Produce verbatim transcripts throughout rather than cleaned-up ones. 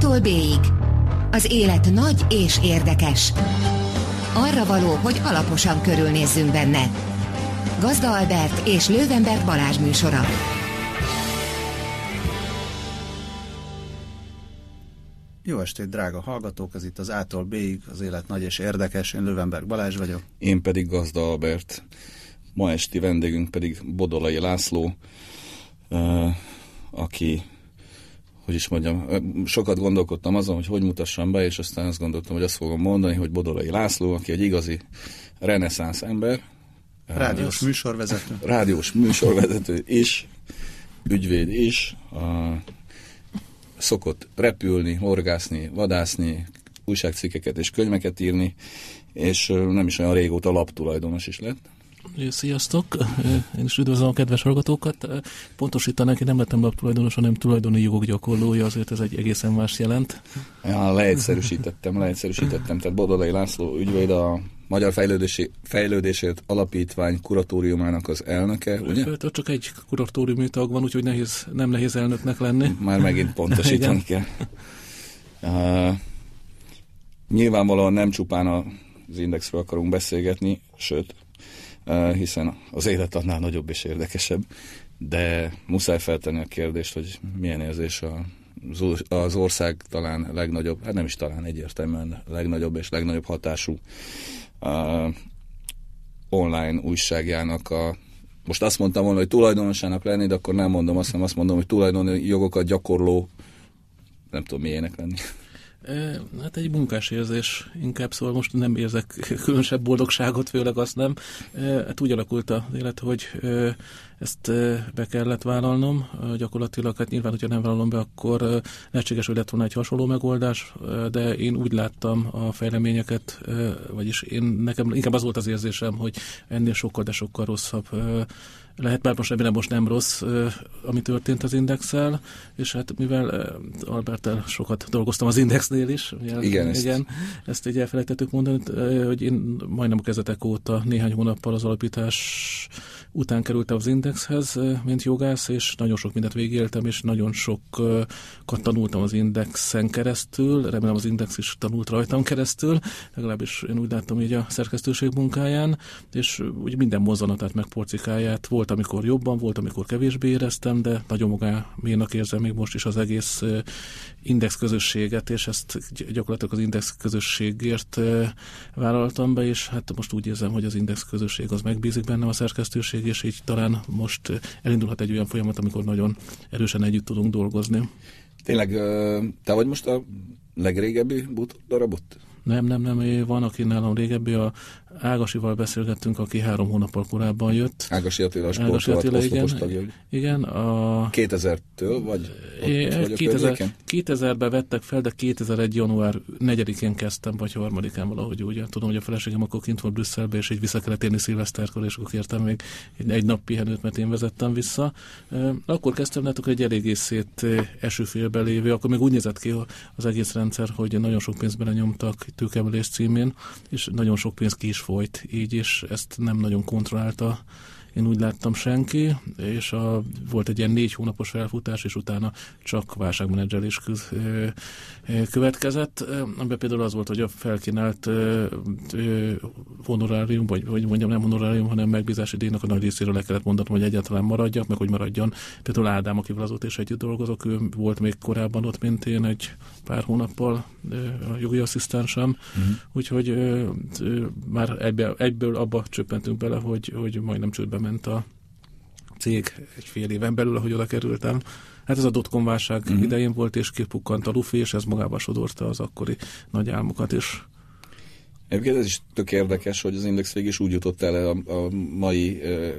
A-tól B-ig. Az élet nagy és érdekes. Arra való, hogy alaposan körülnézzünk benne. Gazda Albert és Löwenberg Balázs műsora. Jó estét, drága hallgatók! Ez itt az A-tól B-ig, az élet nagy és érdekes. Én Löwenberg Balázs vagyok. Én pedig Gazda Albert. Ma esti vendégünk pedig Bodolai László, aki, hogy is mondjam, sokat gondolkodtam azon, hogy hogy mutassam be, és aztán azt gondoltam, hogy azt fogom mondani, hogy Bodolai László, aki egy igazi reneszánsz ember. Rádiós műsorvezető. Rádiós műsorvezető is, ügyvéd is, a, szokott repülni, horgászni, vadászni, újságcikkeket és könyveket írni, és nem is olyan régóta laptulajdonos is lett. Sziasztok! Én is üdvözlöm a kedves hallgatókat. Pontosítanák, én nem lettem laptulajdonos, hanem tulajdoni jogok gyakorlója, azért ez egy egészen más jelent. Ja, leegyszerűsítettem, leegyszerűsítettem. Tehát Bodolai László ügyvéd, a Magyar Fejlődési, Fejlődésért Alapítvány kuratóriumának az elnöke, ugye? Csak egy kuratóriumi tag van, úgyhogy nehéz, nem nehéz elnöknek lenni. Már megint pontosítani kell. Uh, nyilvánvalóan nem csupán az Indexről akarunk beszélgetni, sőt, Uh, hiszen az élet annál nagyobb és érdekesebb, de muszáj feltenni a kérdést, hogy milyen érzés a, az ország talán legnagyobb, hát nem is talán egyértelműen legnagyobb és legnagyobb hatású uh, online újságjának a, most azt mondtam volna, hogy tulajdonosának lenni, de akkor nem mondom azt, hanem azt mondom, hogy tulajdoni jogokat gyakorló, nem tudom milyenek lenni. Hát egy munkásérzés inkább, szóval most nem érzek különösebb boldogságot, főleg azt nem. Hát úgy alakult az élet, hogy ezt be kellett vállalnom. Gyakorlatilag, hát nyilván, hogyha nem vállalom be, akkor lehetséges, hogy lett volna egy hasonló megoldás, de én úgy láttam a fejleményeket, vagyis én, nekem inkább az volt az érzésem, hogy ennél sokkal, de sokkal rosszabb lehet, bár most ebben most nem rossz, ami történt az Indexsel, és hát mivel Alberttel sokat dolgoztam az Indexnél is, igen, ezt, igen, ezt így elfelejtettük mondani, hogy én majdnem a kezdetek óta néhány hónappal az alapítás után kerültem az Indexhez, mint jogász, és nagyon sok mindent végigéltem, és nagyon sokat tanultam az Indexen keresztül, remélem az Index is tanult rajtam keresztül, legalábbis én úgy láttam így a szerkesztőség munkáján, és úgy minden mozzanatát meg porcikáját volt, amikor jobban, volt, amikor kevésbé éreztem, de nagyon magáménak érzem még most is az egész Index közösséget, és ezt gyakorlatilag az Index közösségért vállaltam be, és hát most úgy érzem, hogy az Index közösség az megbízik bennem a szerkesztőség, és így talán most elindulhat egy olyan folyamat, amikor nagyon erősen együtt tudunk dolgozni. Tényleg, te vagy most a legrégebbi bútordarabot? Nem, nem, nem, van, aki nálam régebbi, a Ágasival beszélgettünk, aki három hónappal korábban jött. Ágasi Attila, a sportolat oszlopos tagja. Igen, a... kétezertől, vagy ott kétezer, kétezerben vettek fel, de kétezer-egy január negyedikén kezdtem, vagy harmadikán valahogy úgy. Tudom, hogy a feleségem akkor kint volt Brüsszelbe, és így vissza kellett érni szilveszterkor, és akkor kértem még egy nap pihenőt, mert én vezettem vissza. Akkor kezdtem, látok, egy eléggé szét esőfélbe lévő, akkor még úgy nézett ki az egész rendszer, hogy nagyon sok pénzt belenyomtak tőkeemelés címén, és nagyon sok pénz ki is folyt, így is ezt nem nagyon kontrollálta, én úgy láttam senki, és a, volt egy ilyen négy hónapos felfutás, és utána csak válságmenedzselés köz, ö, ö, következett, amiben például az volt, hogy a felkínált ö, ö, honorárium, vagy hogy mondjam, nem honorárium, hanem megbízási díjnak a nagy részéről le kellett mondanom, hogy egyáltalán maradjak, meg hogy maradjon. Például Ádám, akivel azóta is együtt dolgozok, ő volt még korábban ott, mint én, egy pár hónappal ö, a jogi asszisztensem, uh-huh. úgyhogy ö, ö, már egyből, egyből abba csöppentünk bele, hogy, hogy majdnem csődbe ment a cég egy fél éven belül, ahogy oda kerültem. Hát ez a dotcom válság uh-huh. idején volt, és kipukkant a lufi, és ez magába sodorta az akkori nagy álmokat is. Egyébként ez is tök érdekes, hogy az Index végig is úgy jutott el a, a mai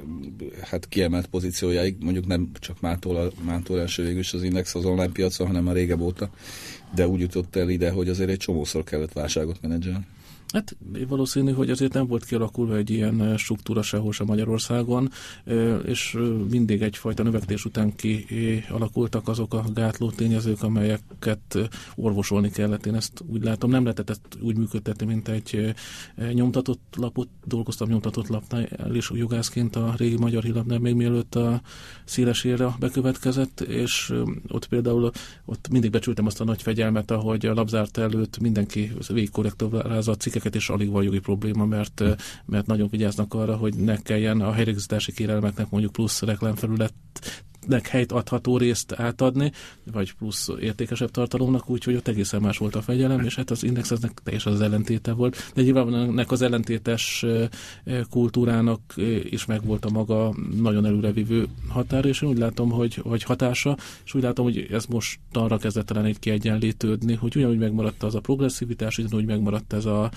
hát kiemelt pozíciójáig, mondjuk nem csak mától, mától első végül is az Index az online piacon, hanem már régebb óta, de úgy jutott el ide, hogy azért egy csomószor kellett válságot menedzselni. Hát valószínű, hogy azért nem volt kialakulva egy ilyen struktúra sehol sem Magyarországon, és mindig egyfajta növekvés után kialakultak azok a gátló tényezők, amelyeket orvosolni kellett. Én ezt úgy látom, nem lehetett ezt úgy működtetni, mint egy nyomtatott lapot, dolgoztam nyomtatott lapnál is jogászként a régi Magyar Hírlapnál, még mielőtt a széles éra bekövetkezett, és ott például ott mindig becsültem azt a nagy fegyelmet, ahogy a lapzárt előtt mindenki végigkorrektorázza a cikkeket, és alig van jogi probléma, mert, mert nagyon vigyáznak arra, hogy ne kelljen a helyrögzítési kérelmeknek mondjuk plusz reklámfelületnek helyt adható részt átadni, vagy plusz értékesebb tartalomnak, úgyhogy ott egészen más volt a fegyelem, és hát az Indexnek teljesen az ellentéte volt. De nyilván ennek az ellentétes kultúrának is megvolt a maga nagyon előrevívő határa, és én úgy látom, hogy, hogy hatása, és úgy látom, hogy ez most arra kezdett talán egy kiegyenlítődni, hogy ugyanúgy megmaradt az a progresszivitás, ugyanúgy megmaradt ez a,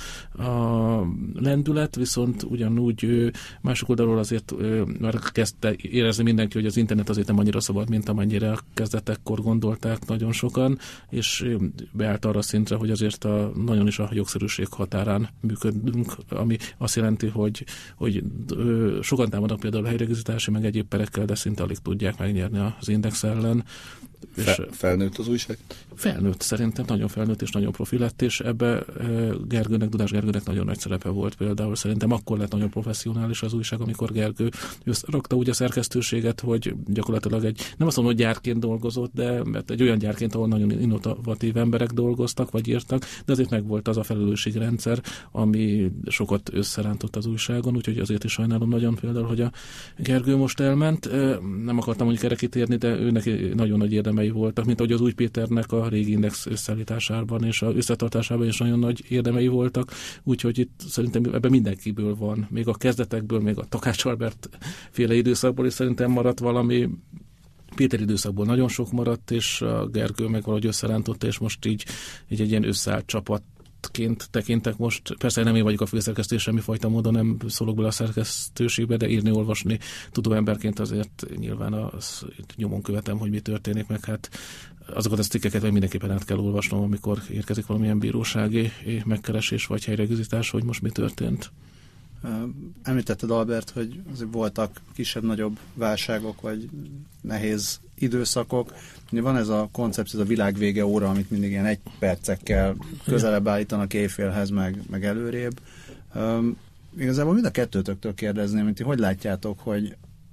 a lendület, viszont ugyanúgy másik oldalról azért már kezdte érezni mindenki, hogy az internet azért nem annyira szabad, mint amennyire a kezdetekkor gondolták nagyon sokan, és beállt arra szintre, hogy azért a, nagyon is a jogszerűség határán működünk, ami azt jelenti, hogy, hogy ö, sokan támadnak például a helyrögzítési, meg egyéb perekkel, de szinte alig tudják megnyerni az Index ellen. Fe, felnőtt az újság? Felnőtt, szerintem nagyon felnőtt és nagyon profi lett, és ebbe Gergőnek, Dudás Gergőnek nagyon nagy szerepe volt például. Szerintem akkor lett nagyon professzionális az újság, amikor Gergő rakta úgy a szerkesztőséget, hogy gyakorlatilag egy, nem azt mondom, hogy gyárként dolgozott, de mert egy olyan gyárként, ahol nagyon innovatív emberek dolgoztak, vagy írtak, de azért megvolt az a felelősségrendszer, ami sokat összerántott az újságon, úgyhogy azért is sajnálom nagyon például, hogy a Gergő most elment. Nem akartam mondjuk erre kitérni, de őnek nagyon nagy érdemei voltak, mint ahogy az Új Péternek a régi Index összeállításában és a összetartásában is nagyon nagy érdemei voltak, úgyhogy itt szerintem ebben mindenkiből van, még a kezdetekből, még a Takács Albert féle időszakból is szerintem maradt valami, Péter időszakból nagyon sok maradt, és a Gergő meg valahogy összerántotta, és most így, így egy ilyen összeállt csapat ként tekintek most. Persze nem én vagyok a főszerkesztő, semmifajta módon nem szólok bele a szerkesztőségbe, de írni, olvasni tudó emberként azért nyilván az, nyomon követem, hogy mi történik, meg hát azokat a cikkeket meg mindenképpen át kell olvasnom, amikor érkezik valamilyen bírósági megkeresés vagy helyrögzítás, hogy most mi történt. Említetted, Albert, hogy voltak kisebb-nagyobb válságok, vagy nehéz időszakok. Van ez a koncepció, ez a világvége óra, amit mindig ilyen egy percekkel közelebb állítanak éjfélhez, meg, meg előrébb. Um, igazából mind a kettőtöktől kérdezném, hogy hogy látjátok, hogy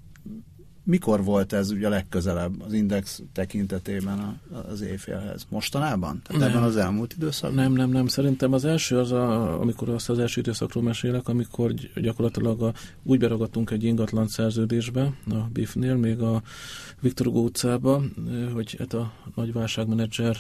mikor volt ez ugye a legközelebb az Index tekintetében a, az éjfélhez? Mostanában? Tehát nem. Ebben az elmúlt időszakban? Nem, nem, nem. Szerintem az első az, a, amikor azt az első időszakról mesélek, amikor gyakorlatilag a, úgy beragadtunk egy ingatlan szerződésbe, a bé i ef-nél, még a Viktor Hugo utcába, hogy hát a nagy válságmenedzser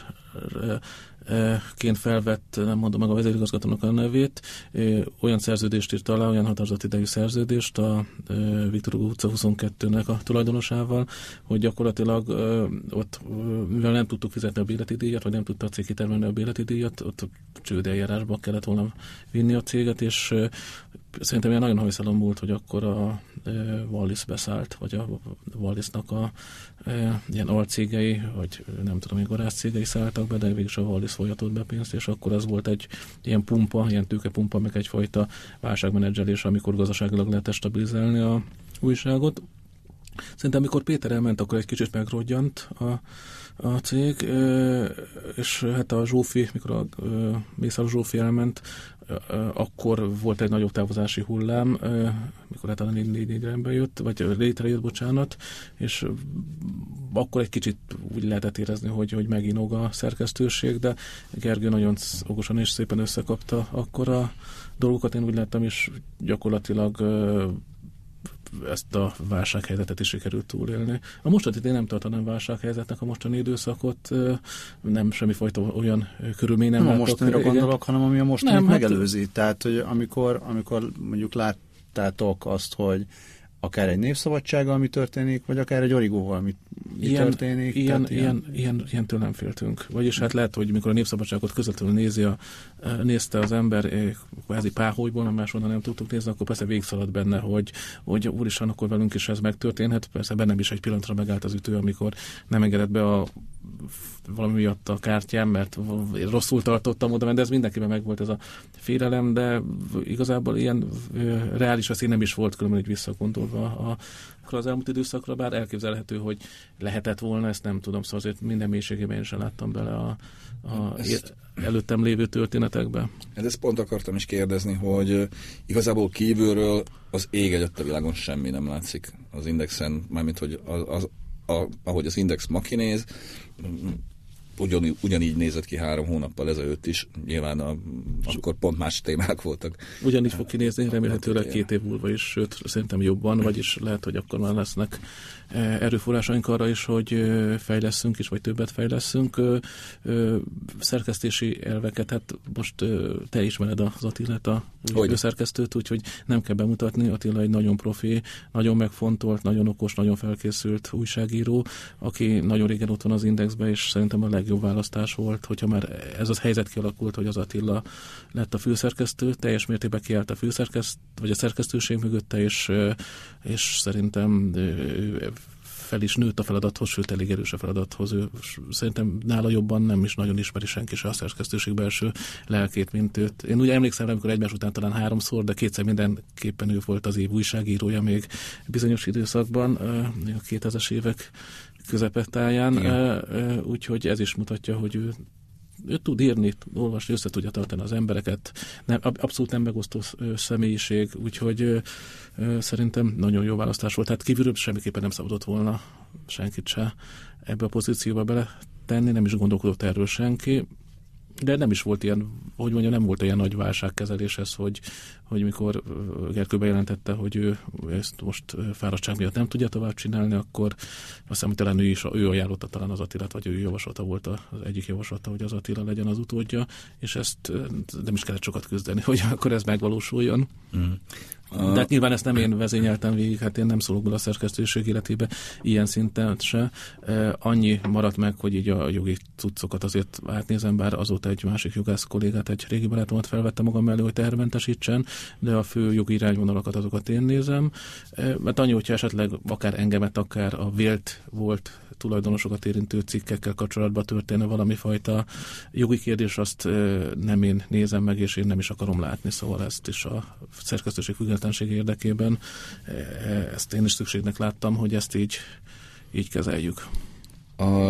ként felvett, nem mondom meg a vezérigazgatónak a nevét, olyan szerződést írt alá, olyan határozati idejű szerződést a Viktor Hugo utca huszonkettőnek a tulajdonosával, hogy gyakorlatilag ott, mivel nem tudtuk fizetni a bérleti díjat, vagy nem tudta a cég kitermelni a bérleti díjat, ott csődeljárásba kellett volna vinni a céget, és szerintem ilyen nagyon hajszalom volt, hogy akkor a Wallis beszállt, vagy a Wallisnak a e, ilyen alcégei, vagy nem tudom, hogy garászcégei szálltak be, de végülis a Wallis folyatott be pénzt, és akkor az volt egy ilyen pumpa, ilyen tőkepumpa, meg egyfajta válságmenedzselés, amikor gazdaságilag lehet stabilizálni a újságot. Szerintem, amikor Péter elment, akkor egy kicsit megrodjant a, a cég, és hát a Zsófi, mikor a Mészáros Zsófi elment, akkor volt egy nagyobb távozási hullám, mikor hát a négy négy négyre bejött, vagy létrejött, bocsánat, és akkor egy kicsit úgy lehetett érezni, hogy, hogy meginog a szerkesztőség, de Gergő nagyon okosan és szépen összekapta akkor a dolgokat, én úgy láttam, és gyakorlatilag ezt a válsághelyzetet is sikerült túlélni. A mostani én nem tartanám válsághelyzetnek a mostani időszakot, nem semmifajta olyan körülmény nem, nem látok. a mostanira gondolok, hanem ami a mostanit nem, megelőzi. Hát, tehát, hogy amikor, amikor mondjuk láttátok azt, hogy akár egy népszabadsággal ami történik, vagy akár egy origóval mi, mi ilyen, történik. Ilyen, tehát ilyen, ilyen, ilyentől nem féltünk. Vagyis hát lehet, hogy mikor a népszabadságot közvetlenül nézi a, nézte az ember kvázi páholyból, mert máshonnan nem tudtuk nézni, akkor persze végigszaladt benne, hogy, hogy úristen, akkor velünk is ez megtörténhet. Persze bennem is egy pillanatra megállt az ütő, amikor nem engedett be a valami miatt a kártyám, mert rosszul tartottam oda, de ez mindenkiben megvolt ez a félelem, de igazából ilyen reális veszély nem is volt, különben így visszagondolva a, az elmúlt időszakra, bár elképzelhető, hogy lehetett volna, ezt nem tudom, szóval azért minden mélységében én sem láttam bele a, a ezt... előttem lévő történetekbe. Ezt pont akartam is kérdezni, hogy igazából kívülről az ég egyet a világon semmi nem látszik az Indexen, mármint, hogy az, az, a, ahogy az Index makinéz, ugyan, ugyanígy nézett ki három hónappal ezelőtt is, nyilván a, akkor pont más témák voltak. Ugyanígy fog kinézni, remélhetőleg két év múlva is, sőt, szerintem jobban, vagyis lehet, hogy akkor már lesznek erőforrásaink arra is, hogy fejlesszünk is, vagy többet fejleszünk. Szerkesztési elveket, hát most te ismered az Attilát, a szerkesztőt, úgyhogy nem kell bemutatni. Attila egy nagyon profi, nagyon megfontolt, nagyon okos, nagyon felkészült újságíró, aki nagyon régen ott van az Indexben, és szerintem a legjobb választás volt, hogyha már ez az helyzet kialakult, hogy az Attila lett a főszerkesztő, teljes mértékben kiállt a főszerkesztő, vagy a szerkesztőség mögötte, és, és szerintem fel is nőtt a feladathoz, sőt elég erős a feladathoz. Ő szerintem nála jobban nem is nagyon ismeri senki se a szerkesztőség belső lelkét, mint őt. Én ugye emlékszem, amikor egymás után talán háromszor, de kétszer mindenképpen ő volt az év újságírója még bizonyos időszakban, a kétezres évek közepetáján, úgyhogy ez is mutatja, hogy ő ő tud írni, olvasni, össze tudja tartani az embereket, nem, abszolút nem megosztó személyiség, úgyhogy ö, ö, szerintem nagyon jó választás volt. Tehát kívülről semmiképpen nem szabadott volna senkit se ebbe a pozícióba beletenni, nem is gondolkodott erről senki, de nem is volt ilyen, hogy mondjam, nem volt ilyen nagy válságkezeléshez, hogy, hogy mikor Gergő bejelentette, hogy ő ezt most fáradtság miatt nem tudja tovább csinálni, akkor azt hiszem, hogy talán ő is, ő ajánlotta talán az Attilát, vagy ő javaslata volt az egyik javaslata, hogy az Attila legyen az utódja, és ezt nem is kellett sokat küzdeni, hogy akkor ez megvalósuljon. Mm. De hát nyilván ezt nem én vezényeltem végig, hát én nem szólok bele a szerkesztőség életébe ilyen szinten se. Annyi maradt meg, hogy így a jogi cuccokat azért átnézem, bár azóta egy másik jogász kollégát, egy régi barátomat felvettem magam mellé, hogy tehermentesítsen, de a fő jogi irányvonalakat azokat én nézem. Mert annyi, hogyha esetleg akár engemet, akár a vélt volt tulajdonosokat érintő cikkekkel kapcsolatban történne valami fajta jogi kérdés, azt nem én nézem meg, és én nem is akarom látni, szóval ezt is a szerkesztőség függetlensége érdekében ezt én is szükségnek láttam, hogy ezt így, így kezeljük. A,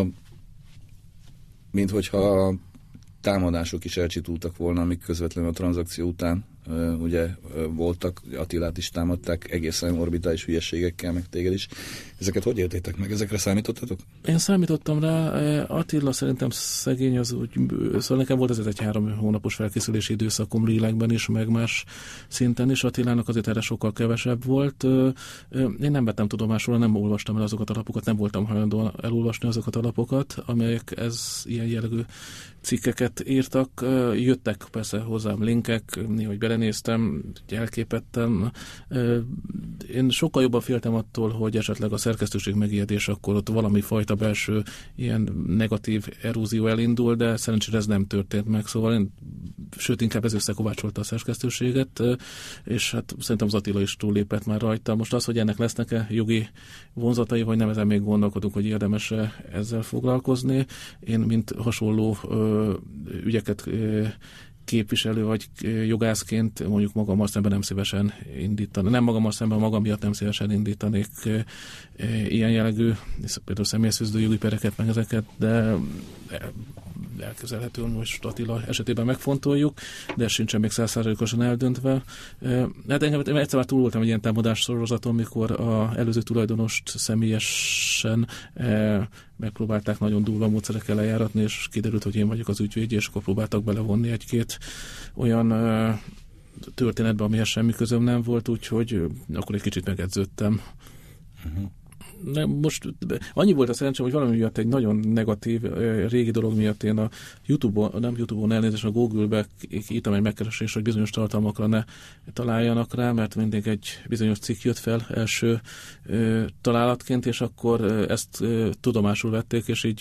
mint hogyha támadások is elcsitultak volna, amik közvetlenül a tranzakció után uh, ugye uh, voltak, Attilát is támadták egészen orbitális hülyeségekkel, meg téged is. Ezeket hogy éltétek meg? Ezekre számítottatok? Én számítottam rá. Attila szerintem szegény az úgy, szóval nekem volt ez egy három hónapos felkészülési időszakom lélekben is, meg más szinten is. Attilának azért erre sokkal kevesebb volt. Én nem vettem tudomásul, nem olvastam el azokat a lapokat, nem voltam hajlandó elolvasni azokat a lapokat, amelyek ez ilyen jellegű cikkeket írtak. Jöttek persze hozzám linkek, néhogy belenéztem, elképettem. Én sokkal jobban féltem attól, hogy esetleg a szerkesztőség megijedés, akkor ott valami fajta belső ilyen negatív erózió elindul, de szerencsére ez nem történt meg, szóval én, sőt inkább ez összekovácsolta a szerkesztőséget, és hát szerintem az Attila is túllépett már rajta. Most az, hogy ennek lesznek-e jogi vonzatai, vagy nem, ezen még gondolkodunk, hogy érdemes-e ezzel foglalkozni. Én, mint hasonló ö, ügyeket ö, képviselő vagy jogászként mondjuk magammal szemben nem szívesen indítani. Nem magammal szemben, magam miatt nem szívesen indítanék e, e, ilyen jellegű, például személyeszfűzdő jogi pereket, meg ezeket, de elképzelhető, hogy most Attila esetében megfontoljuk, de ez sincsen még száz százalékosan eldöntve. E, hát engem egyszer már túl voltam egy ilyen támadás sorozaton, mikor az előző tulajdonost személyesen e, megpróbálták nagyon durva módszerekkel lejáratni, és kiderült, hogy én vagyok az ügyvéd, és akkor próbáltak belevonni egy-két olyan ö, történetbe, amihez semmi közöm nem volt, úgyhogy ö, akkor egy kicsit megedződtem. Uh-huh. Nem, most annyi volt a szerencsém, hogy valami miatt egy nagyon negatív ö, régi dolog miatt én a YouTube-on, nem YouTube-on elnézést, a Google-be írtam egy megkeresést, hogy bizonyos tartalmakra ne találjanak rá, mert mindig egy bizonyos cikk jött fel első ö, találatként, és akkor ö, ezt ö, tudomásul vették, és így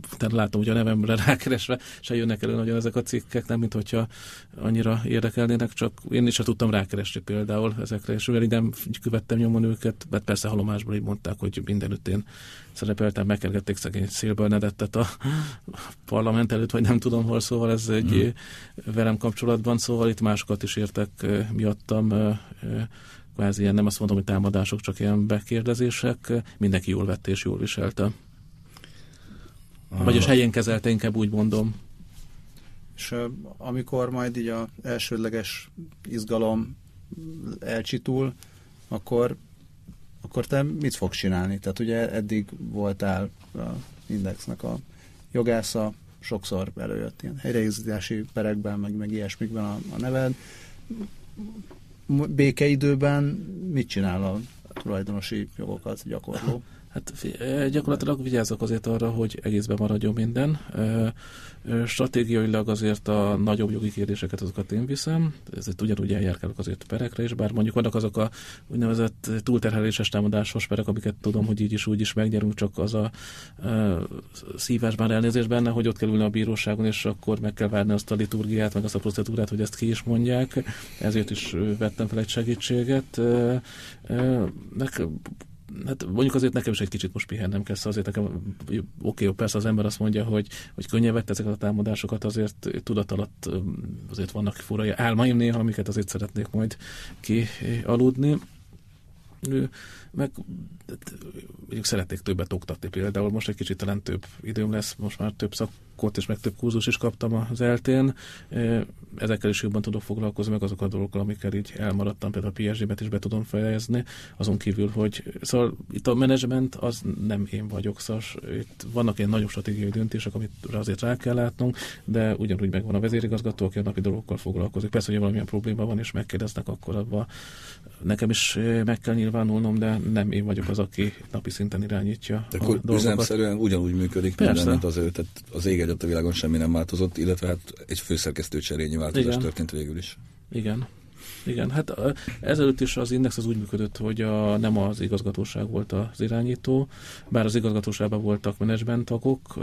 tehát látom, hogy a nevemre rákeresve se jönnek elő nagyon ezek a cikkek, nem mint hogyha annyira érdekelnének, csak én is sem tudtam rákeresni például ezekre, és mivel nem követtem nyomon őket, mert persze halomásból így mondták, hogy mindenütt én szerepeltem, megkergették szegény Szélbernadettet a parlament előtt, vagy nem tudom hol, szóval ez egy hmm. velem kapcsolatban, szóval itt másokat is értek miattam, kvázi ilyen, nem azt mondom, hogy támadások, csak ilyen bekérdezések, mindenki jól vette és jól viselte. Vagyis helyén kezelte, inkább úgy mondom. És uh, amikor majd így az elsődleges izgalom elcsitul, akkor, akkor te mit fogsz csinálni? Tehát ugye eddig voltál az Indexnek a jogásza, sokszor előjött ilyen helyreigazítási perekben, meg, meg ilyesmikben a, a neved. Békeidőben mit csinál a tulajdonosi jogokat gyakorló? Hát gyakorlatilag vigyázzak azért arra, hogy egészben maradjon minden. Stratégiailag azért a nagyobb jogi kérdéseket azokat én viszem, ezért ugyanúgy eljárkálok azért perekre is, bár mondjuk vannak azok a úgynevezett túlterheléses támadásos perek, amiket tudom, hogy így is úgy is megnyerünk, csak az a, a szívásban, elnézés benne, hogy ott kell ülni a bíróságon, és akkor meg kell várni azt a liturgiát, meg azt a procedúrát, hogy ezt ki is mondják. Ezért is vettem fel egy segítséget. Meg hát mondjuk azért nekem is egy kicsit most pihennem kell, azért nekem, oké, okay, persze az ember azt mondja, hogy, hogy könnyen vett ezeket a támadásokat, azért tudat alatt azért vannak fura álmaim néha, amiket azért szeretnék majd kialudni. Meg mondjuk szeretnék többet oktatni például, most egy kicsit talán több időm lesz, most már több szakot és meg több kurzus is kaptam az eltén. Ezekkel is jobban tudok foglalkozni, meg azok a dolgokkal, amikkel így elmaradtam, például a pé es gé-bet is be tudom fejezni, azon kívül, hogy szóval itt a menedzsment az nem én vagyok, szóval itt vannak ilyen nagyobb stratégiai döntések, amit azért rá kell látnunk, de ugyanúgy megvan a vezérigazgató, aki a napi dolgokkal foglalkozik. Persze, hogy valamilyen probléma van, és megkérdeznek, akkor abban nekem is meg kell nyilvánulnom, de nem én vagyok az, aki napi szinten irányítja de a dolgokat. Üzemszerűen ugyanúgy működik Persze. minden, mint az ő, tehát az ég egyet a világon semmi nem változott, illetve hát egy főszerkesztő cserényi változás Igen. történt végül is. Igen. Igen, hát ezelőtt is az Index az úgy működött, hogy a, nem az igazgatóság volt az irányító, bár az igazgatóságban voltak menedzsment tagok,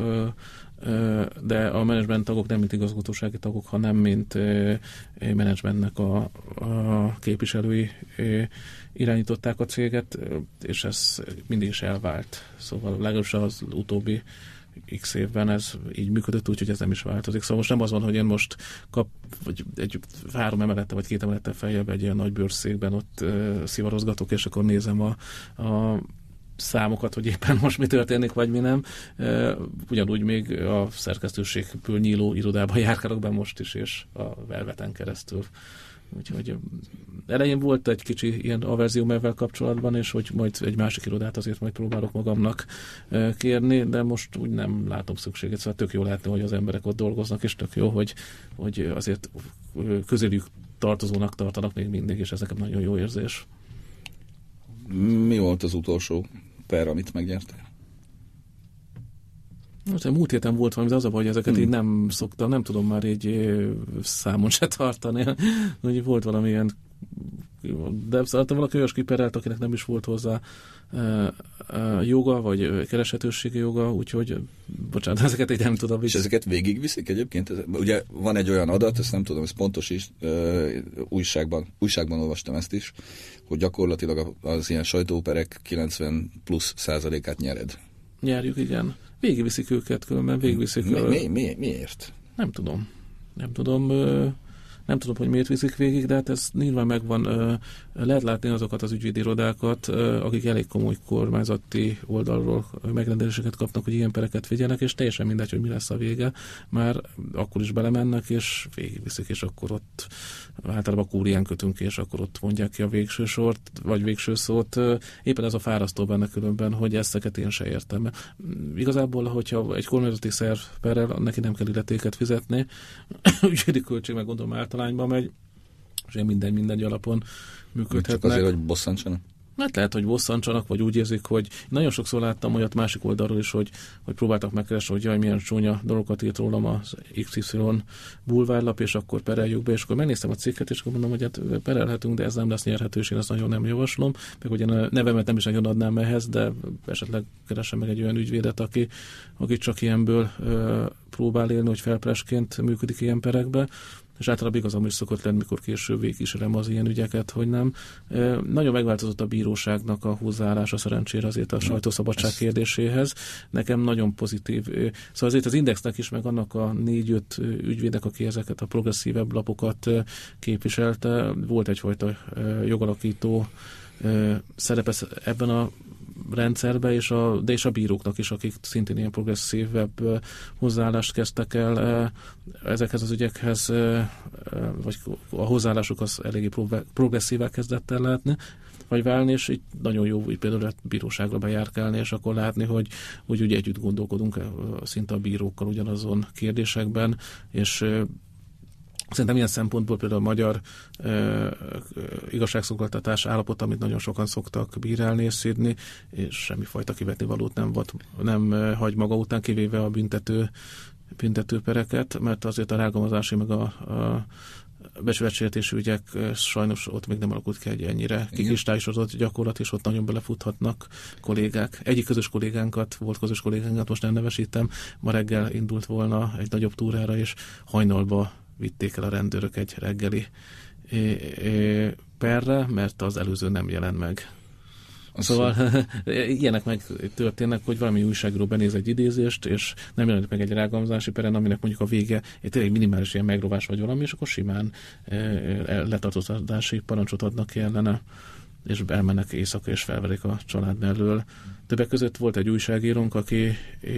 de a menedzsment tagok nem mint igazgatósági tagok, hanem mint menedzsmentnek a, a képviselői irányították a céget, és ez mindig is elvált. Szóval legalábbis az utóbbi x évben ez így működött, úgyhogy ez nem is változik. Szóval most nem az van, hogy én most kap, vagy egy három emelete, vagy két emelete feljebb egy ilyen nagy bőrszékben ott uh, szivarozgatok, és akkor nézem a, a számokat, hogy éppen most mi történik, vagy mi nem. Uh, ugyanúgy még a szerkesztőségből nyíló irodában járkálok be most is, és a Velveten keresztül. Úgyhogy elején volt egy kicsi ilyen averzióm ezzel kapcsolatban, és hogy majd egy másik irodát azért majd próbálok magamnak kérni, de most úgy nem látom szükséget, szóval tök jó látni, hogy az emberek ott dolgoznak, és tök jó, hogy, hogy azért közélük tartozónak tartanak még mindig, és ez nekem nagyon jó érzés. Mi volt az utolsó per, amit megnyertél? Most a múlt héten volt valami, de az a baj, hogy ezeket hmm. így nem szoktam, nem tudom már így számon se tartani. Hogy volt valamilyen, de szerintem valaki olyas kiperelt, akinek nem is volt hozzá joga, vagy kereshetőségi joga, úgyhogy bocsánat, ezeket így nem tudom. És ezeket végigviszik egyébként? Ugye van egy olyan adat, ezt nem tudom, ez pontos is, újságban, újságban olvastam ezt is, hogy gyakorlatilag az ilyen sajtóperek kilencven plusz százalékát nyered. Nyerjük, igen. Végigviszik őket, különben végigviszik. Mi, mi, mi, miért? Nem tudom. Nem tudom, nem tudom, hogy miért viszik végig, de hát ez nyilván megvan. Lehet látni azokat az ügyvédirodákat, akik elég komoly kormányzati oldalról megrendeléseket kapnak, hogy ilyen pereket vigyenek, és teljesen mindegy, hogy mi lesz a vége. Már akkor is belemennek, és végigviszik, és akkor ott általában kúrián kötünk, és akkor ott mondják ki a végső sort, vagy végső szót. Éppen ez a fárasztó benne különben, hogy ezeket én se értem. Igazából, hogyha egy kormányzati szerv perrel, neki nem kell illetéket fizetni, ügyvédi költség meg gondolom általányba megy, és minden minden alapon működhetnek. Csak azért, hogy bosszantsanak? Hát lehet, hogy bosszantsanak, vagy úgy érzik, hogy nagyon sokszor láttam olyat másik oldalról is, hogy, hogy próbáltak megkeresni, hogy jaj, milyen csúnya dolgokat írt rólam az iksz ipszilon bulvárlap, és akkor pereljük be, és akkor megnéztem a cikket, és akkor mondom, hogy hát perelhetünk, de ez nem lesz nyerhető, és én ezt nagyon nem javaslom, meg ugye a nevemet nem is nagyon adnám ehhez, de esetleg keresem meg egy olyan ügyvédet, aki, aki csak ilyenből ö, próbál élni, hogy felpresként működik ilyen perekbe, és általában igazam is szokott lenni, mikor később végigkísérem az ilyen ügyeket, hogy nem. E, nagyon megváltozott a bíróságnak a hozzáállása szerencsére azért a sajtószabadság kérdéséhez. Nekem nagyon pozitív. Szóval azért az Indexnek is, meg annak a négy-öt ügyvédek, aki ezeket a progresszívebb lapokat képviselte, volt egyfajta jogalakító szerepe ebben a rendszerbe, és a, de és a bíróknak is, akik szintén ilyen progresszívebb hozzáállást kezdtek el ezekhez az ügyekhez, vagy a hozzáállásuk az eléggé progresszívá kezdett el látni, vagy válni, és így nagyon jó úgy például a bíróságra bejárkálni, és akkor látni, hogy úgy, úgy együtt gondolkodunk szinte a bírókkal ugyanazon kérdésekben, és szerintem ilyen szempontból például a magyar e, igazságszolgáltatás állapot, amit nagyon sokan szoktak bírálni és szídni, és semmifajta kivetnivalót nem, volt, nem e, hagy maga után, kivéve a büntető, büntetőpereket, mert azért a rágalmazási meg a, a becsületsértési ügyek sajnos ott még nem alakult ki egy ennyire kikristályosodott gyakorlat, és ott nagyon belefuthatnak kollégák. Egyik közös kollégánkat, volt közös kollégánkat, most nem nevesítem, ma reggel indult volna egy nagyobb túrára, és hajnalba vitték el a rendőrök egy reggeli é, é, perre, mert az előző nem jelent meg. Azt szóval ilyenek meg történnek, hogy valami újságíró benéz egy idézést, és nem jelenik meg egy rágalmazási peren, aminek mondjuk a vége egy tényleg minimális ilyen megrovás vagy valami, és akkor simán e, letartóztatási parancsot adnak ki ellene, és elmennek éjszaka, és felverik a család mellől. Többek között volt egy újságírónk, aki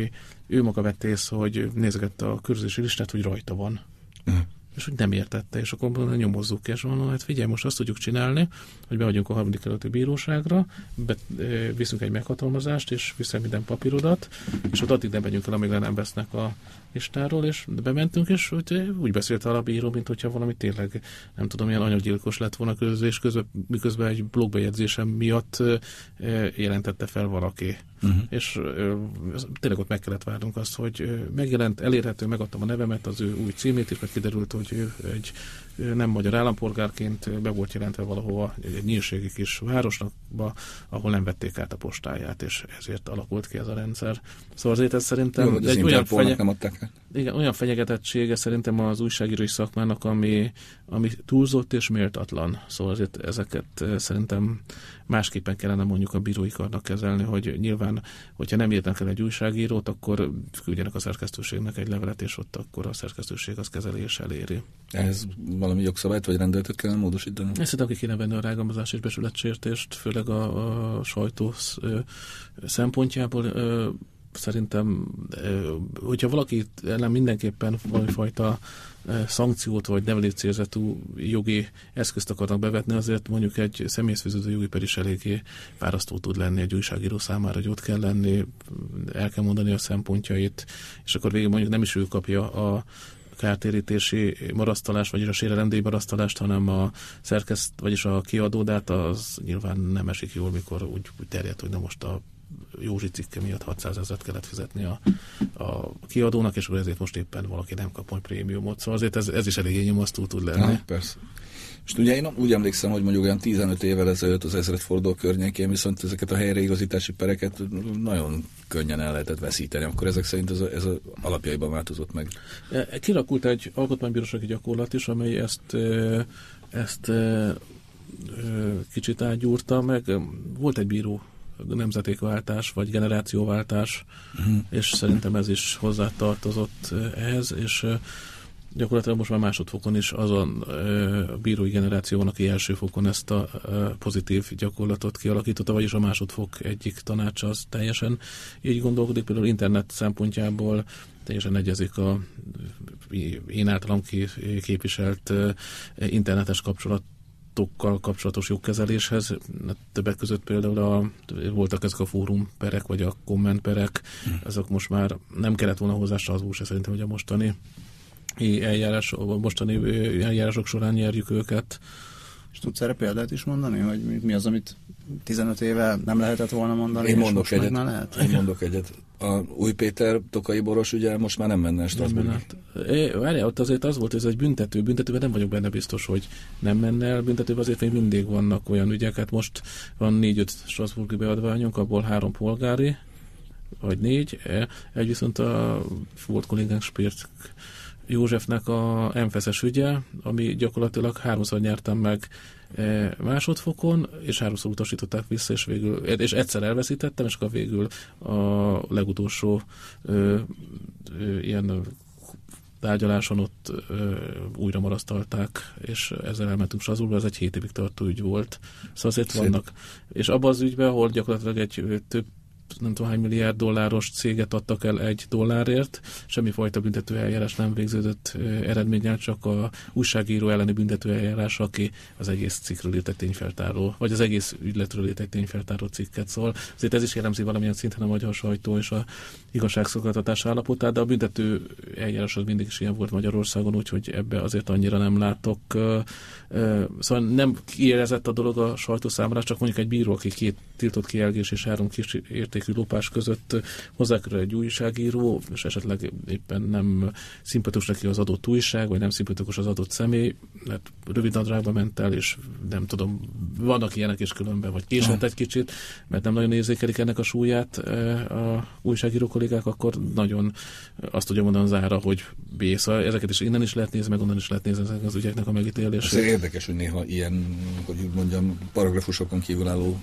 ő maga vett észre, hogy nézegette a körzési listát, hogy rajta van. Uh. És hogy nem értette, és akkor mondom, nyomozzuk ki, és mondom, hát figyelj, most azt tudjuk csinálni, hogy beadjunk a harmadik kerületi bíróságra, be, e, viszünk egy meghatalmazást, és viszem minden papírodat, és ott addig nem megyünk el, amíg le nem vesznek a listáról, és bementünk, és úgy, úgy beszélt a bíró, mint hogyha valami tényleg, nem tudom, ilyen anyaggyilkos lett volna közözés közben, miközben egy blogbejegyzésem miatt e, jelentette fel valaki. Uh-huh. És e, tényleg ott meg kellett várnunk azt, hogy megjelent, elérhető, megadtam a nevemet, az ő új címét, és meg kiderült, hogy ő egy ő nem magyar állampolgárként be volt jelentve valahova egy, egy nyírségi kis városnakba, ahol nem vették át a postáját, és ezért alakult ki ez a rendszer. Szóval azért ez szerintem jó, egy olyan, fenye... nem adták át. Igen, olyan fenyegetettsége szerintem az újságírói szakmának, ami, ami túlzott és méltatlan. Szóval azért ezeket szerintem másképpen kellene mondjuk a bírói karnak kezelni, hogy nyilván, hogyha nem írnak el egy újságírót, akkor küldjenek a szerkesztőségnek egy levelet, és ott akkor a szerkesztőség az kezeli és eléri. Ez valami jogszabályt vagy rendeletet kell módosítani? Ezt szerintem ki kéne venni a rágalmazás és becsületsértést, főleg a, a sajtó szempontjából. Szerintem, hogyha valaki ellen mindenképpen valamifajta szankciót vagy nevelés célzatú jogi eszközt akarnak bevetni, azért mondjuk egy személyfűződő jogi per is eléggé fárasztó tud lenni egy újságíró számára, hogy ott kell lenni, el kell mondani a szempontjait, és akkor végül mondjuk nem is ő kapja a kártérítési marasztalás, vagyis a sérelemdíj marasztalást, hanem a szerkeszt, vagyis a kiadó, de hát az nyilván nem esik jól, mikor úgy, úgy terjed, hogy na most a Józsi cikke miatt hatszázezret kellett fizetni a, a kiadónak, és ezért most éppen valaki nem kap majd prémiumot. Szóval azért ez, ez is eléggé nyomasztó tud lenni. Ja, persze. És ugye én úgy emlékszem, hogy mondjuk olyan tizenöt évvel ezelőtt az ezredforduló környékén viszont ezeket a helyreigazítási pereket nagyon könnyen el lehetett veszíteni. Akkor ezek szerint ez, a, ez a alapjaiban változott meg. Kilakult egy alkotmánybírósági gyakorlat is, amely ezt, ezt kicsit átgyúrta meg. Volt egy bíró nemzetékváltás, vagy generációváltás, uh-huh. és szerintem ez is hozzátartozott ehhez, és gyakorlatilag most már másodfokon is azon a bírói generáció van, aki első fokon ezt a pozitív gyakorlatot kialakította, vagyis a másodfok egyik tanácsa az teljesen így gondolkodik, például internet szempontjából teljesen egyezik a én általam képviselt internetes kapcsolat kapcsolatos jogkezeléshez. Többek között például a, voltak ezek a fórumperek, vagy a kommentperek, ezek most már nem kellett volna hozzá az se szerintem, hogy a mostani eljárás, a mostani eljárások során nyerjük őket. És tudsz erre példát is mondani, hogy mi az, amit tizenöt éve nem lehetett volna mondani, Én és mondok most egyet. meg már lehet? Én mondok egyet. A Új Péter Tokai Boros ugye most már nem menne Strasbourgba. Várjál, ott azért az volt, hogy ez egy büntető, büntetőben nem vagyok benne biztos, hogy nem menne el, büntetőben azért még mindig vannak olyan ügyek, hát most van négy-öt Strasbourgi beadványunk, abból három polgári, vagy négy, egy viszont a volt kollégánk Spirt Józsefnek a Emfeszes ügye, ami gyakorlatilag háromszor nyertem meg másodfokon, és háromszor utasították vissza, és végül, és egyszer elveszítettem, és akkor végül a legutolsó ö, ö, ilyen tárgyaláson ott ö, újra marasztalták, és ezzel elmentünk Strasbourgba, ez egy hét évig tartó ügy volt. Szóval azért Szép. vannak. És abban az ügyben, ahol gyakorlatilag egy több nem tudom hány milliárd dolláros céget adtak el egy dollárért, semmifajta büntetőeljárás nem végződött eredménnyel, csak a újságíró elleni büntetőeljárás, aki az egész cikkről írt egy tényfeltáró, vagy az egész ügyletről írt egy tényfeltáró cikket, szól. Azért ez is jellemzi valamilyen szinten a magyar sajtó és a igazságszolgáltatás állapotát, de a büntető eljárás az mindig is ilyen volt Magyarországon, úgyhogy ebbe azért annyira nem látok. Szóval nem kiélezett a dolog a sajtó számára, csak mondjuk egy bíró, aki két tiltott kijelgés és három kis értékű lopás között hozzákerül egy újságíró, és esetleg éppen nem szimpatikus neki az adott újság, vagy nem szimpatikus az adott személy, mert rövid nadrágba ment el, és nem tudom, vannak ilyenek is különben, vagy késett egy kicsit, mert nem nagyon érzékelik ennek a súlyát a újságíró kollégák, akkor nagyon azt tudja mondani az ára, hogy B. Szóval ezeket is innen is lehet nézni, meg onnan is lehet nézni ezek az ügyeknek a megítélését. Ez érdekes, hogy néha ilyen, hogy úgy mondjam, paragrafusokon kívülálló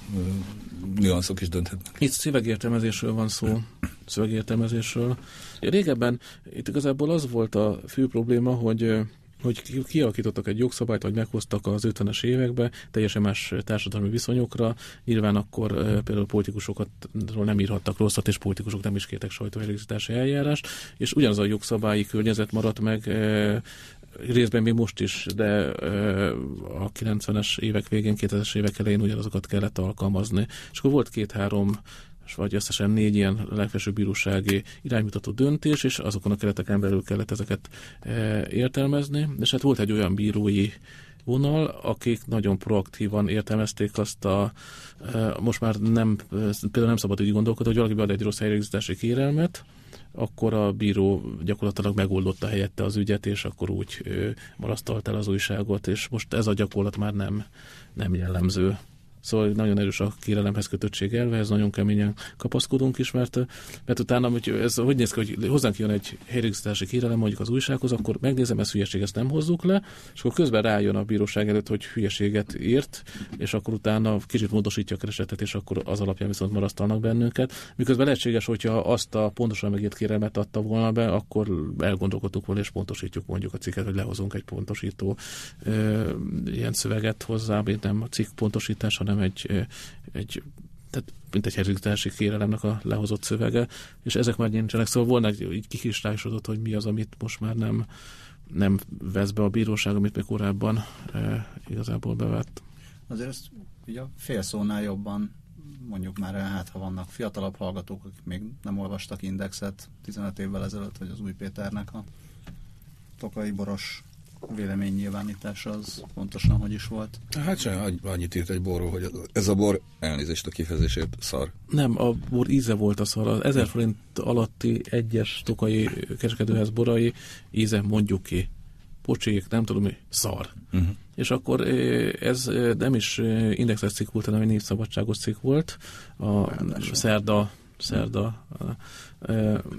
nüanszok is dönthetnek. Itt szövegértelmezésről van szó, szövegértelmezésről. Régebben itt igazából az volt a fő probléma, hogy hogy kialakítottak egy jogszabályt, vagy meghoztak az ötvenes években teljesen más társadalmi viszonyokra. Nyilván akkor e, például politikusokról nem írhattak rosszat, és politikusok nem is kértek sajtóelégzítési eljárást, és ugyanaz a jogszabályi környezet maradt meg e, részben még most is, de e, a kilencvenes évek végén, kétezres évek elején ugyanazokat kellett alkalmazni. És akkor volt két-három vagy összesen négy ilyen legfelsőbb bírósági iránymutató döntés, és azokon a kereteken belül kellett ezeket e, értelmezni. És hát volt egy olyan bírói vonal, akik nagyon proaktívan értelmezték azt a, e, most már nem, például nem szabad úgy gondolkodni, hogy valaki ad egy rossz helyreigazítási kérelmet, akkor a bíró gyakorlatilag megoldotta helyette az ügyet, és akkor úgy ö, marasztalt el az újságot, és most ez a gyakorlat már nem, nem jellemző. Szóval nagyon erős a kérelemhez kötöttség elve, ez nagyon keményen kapaszkodunk is, mert, mert utána, hogy ez hogy néz ki, hogy hozzánk jön egy helyreigazítási kérelem mondjuk az újsághoz, akkor megnézem, ez hülyeség, ezt nem hozzuk le, és akkor közben rájön a bíróság előtt, hogy hülyeséget írt, és akkor utána kicsit módosítja a keresetet, és akkor az alapján viszont marasztalnak bennünket. Miközben lehetséges, hogyha azt a pontosan megírt kérelmet adta volna be, akkor elgondolkodtuk volna, és pontosítjuk mondjuk a cikket, hogy lehozunk egy pontosító ö, ilyen szöveget hozzá, nem a cikk pontosítás, hanem egy, egy tehát mint egy helyreigazítási kérelemnek a lehozott szövege, és ezek már nincsenek, szóval volna így kikristályosodott, hogy mi az, amit most már nem, nem vesz be a bíróság, amit még korábban e, igazából bevett. Azért ezt ugye a félszónál jobban mondjuk már el, hát ha vannak fiatalabb hallgatók, akik még nem olvastak Indexet tizenöt évvel ezelőtt, hogy az Új Péternek a Tokai Boros véleménynyilvánítása az pontosan hogy is volt? Hát sem, annyit írt egy borról, hogy ez a bor, elnézést a kifejezésért, szar. Nem, a bor íze volt a szar. Az ezer forint alatti egyes tokai kereskedőház borai íze, mondjuk ki. Pocsék, nem tudom mi, szar. Uh-huh. És akkor ez nem is indexes cikk volt, hanem egy népszabadságos cikk volt. A szerda, szerda a, a, a,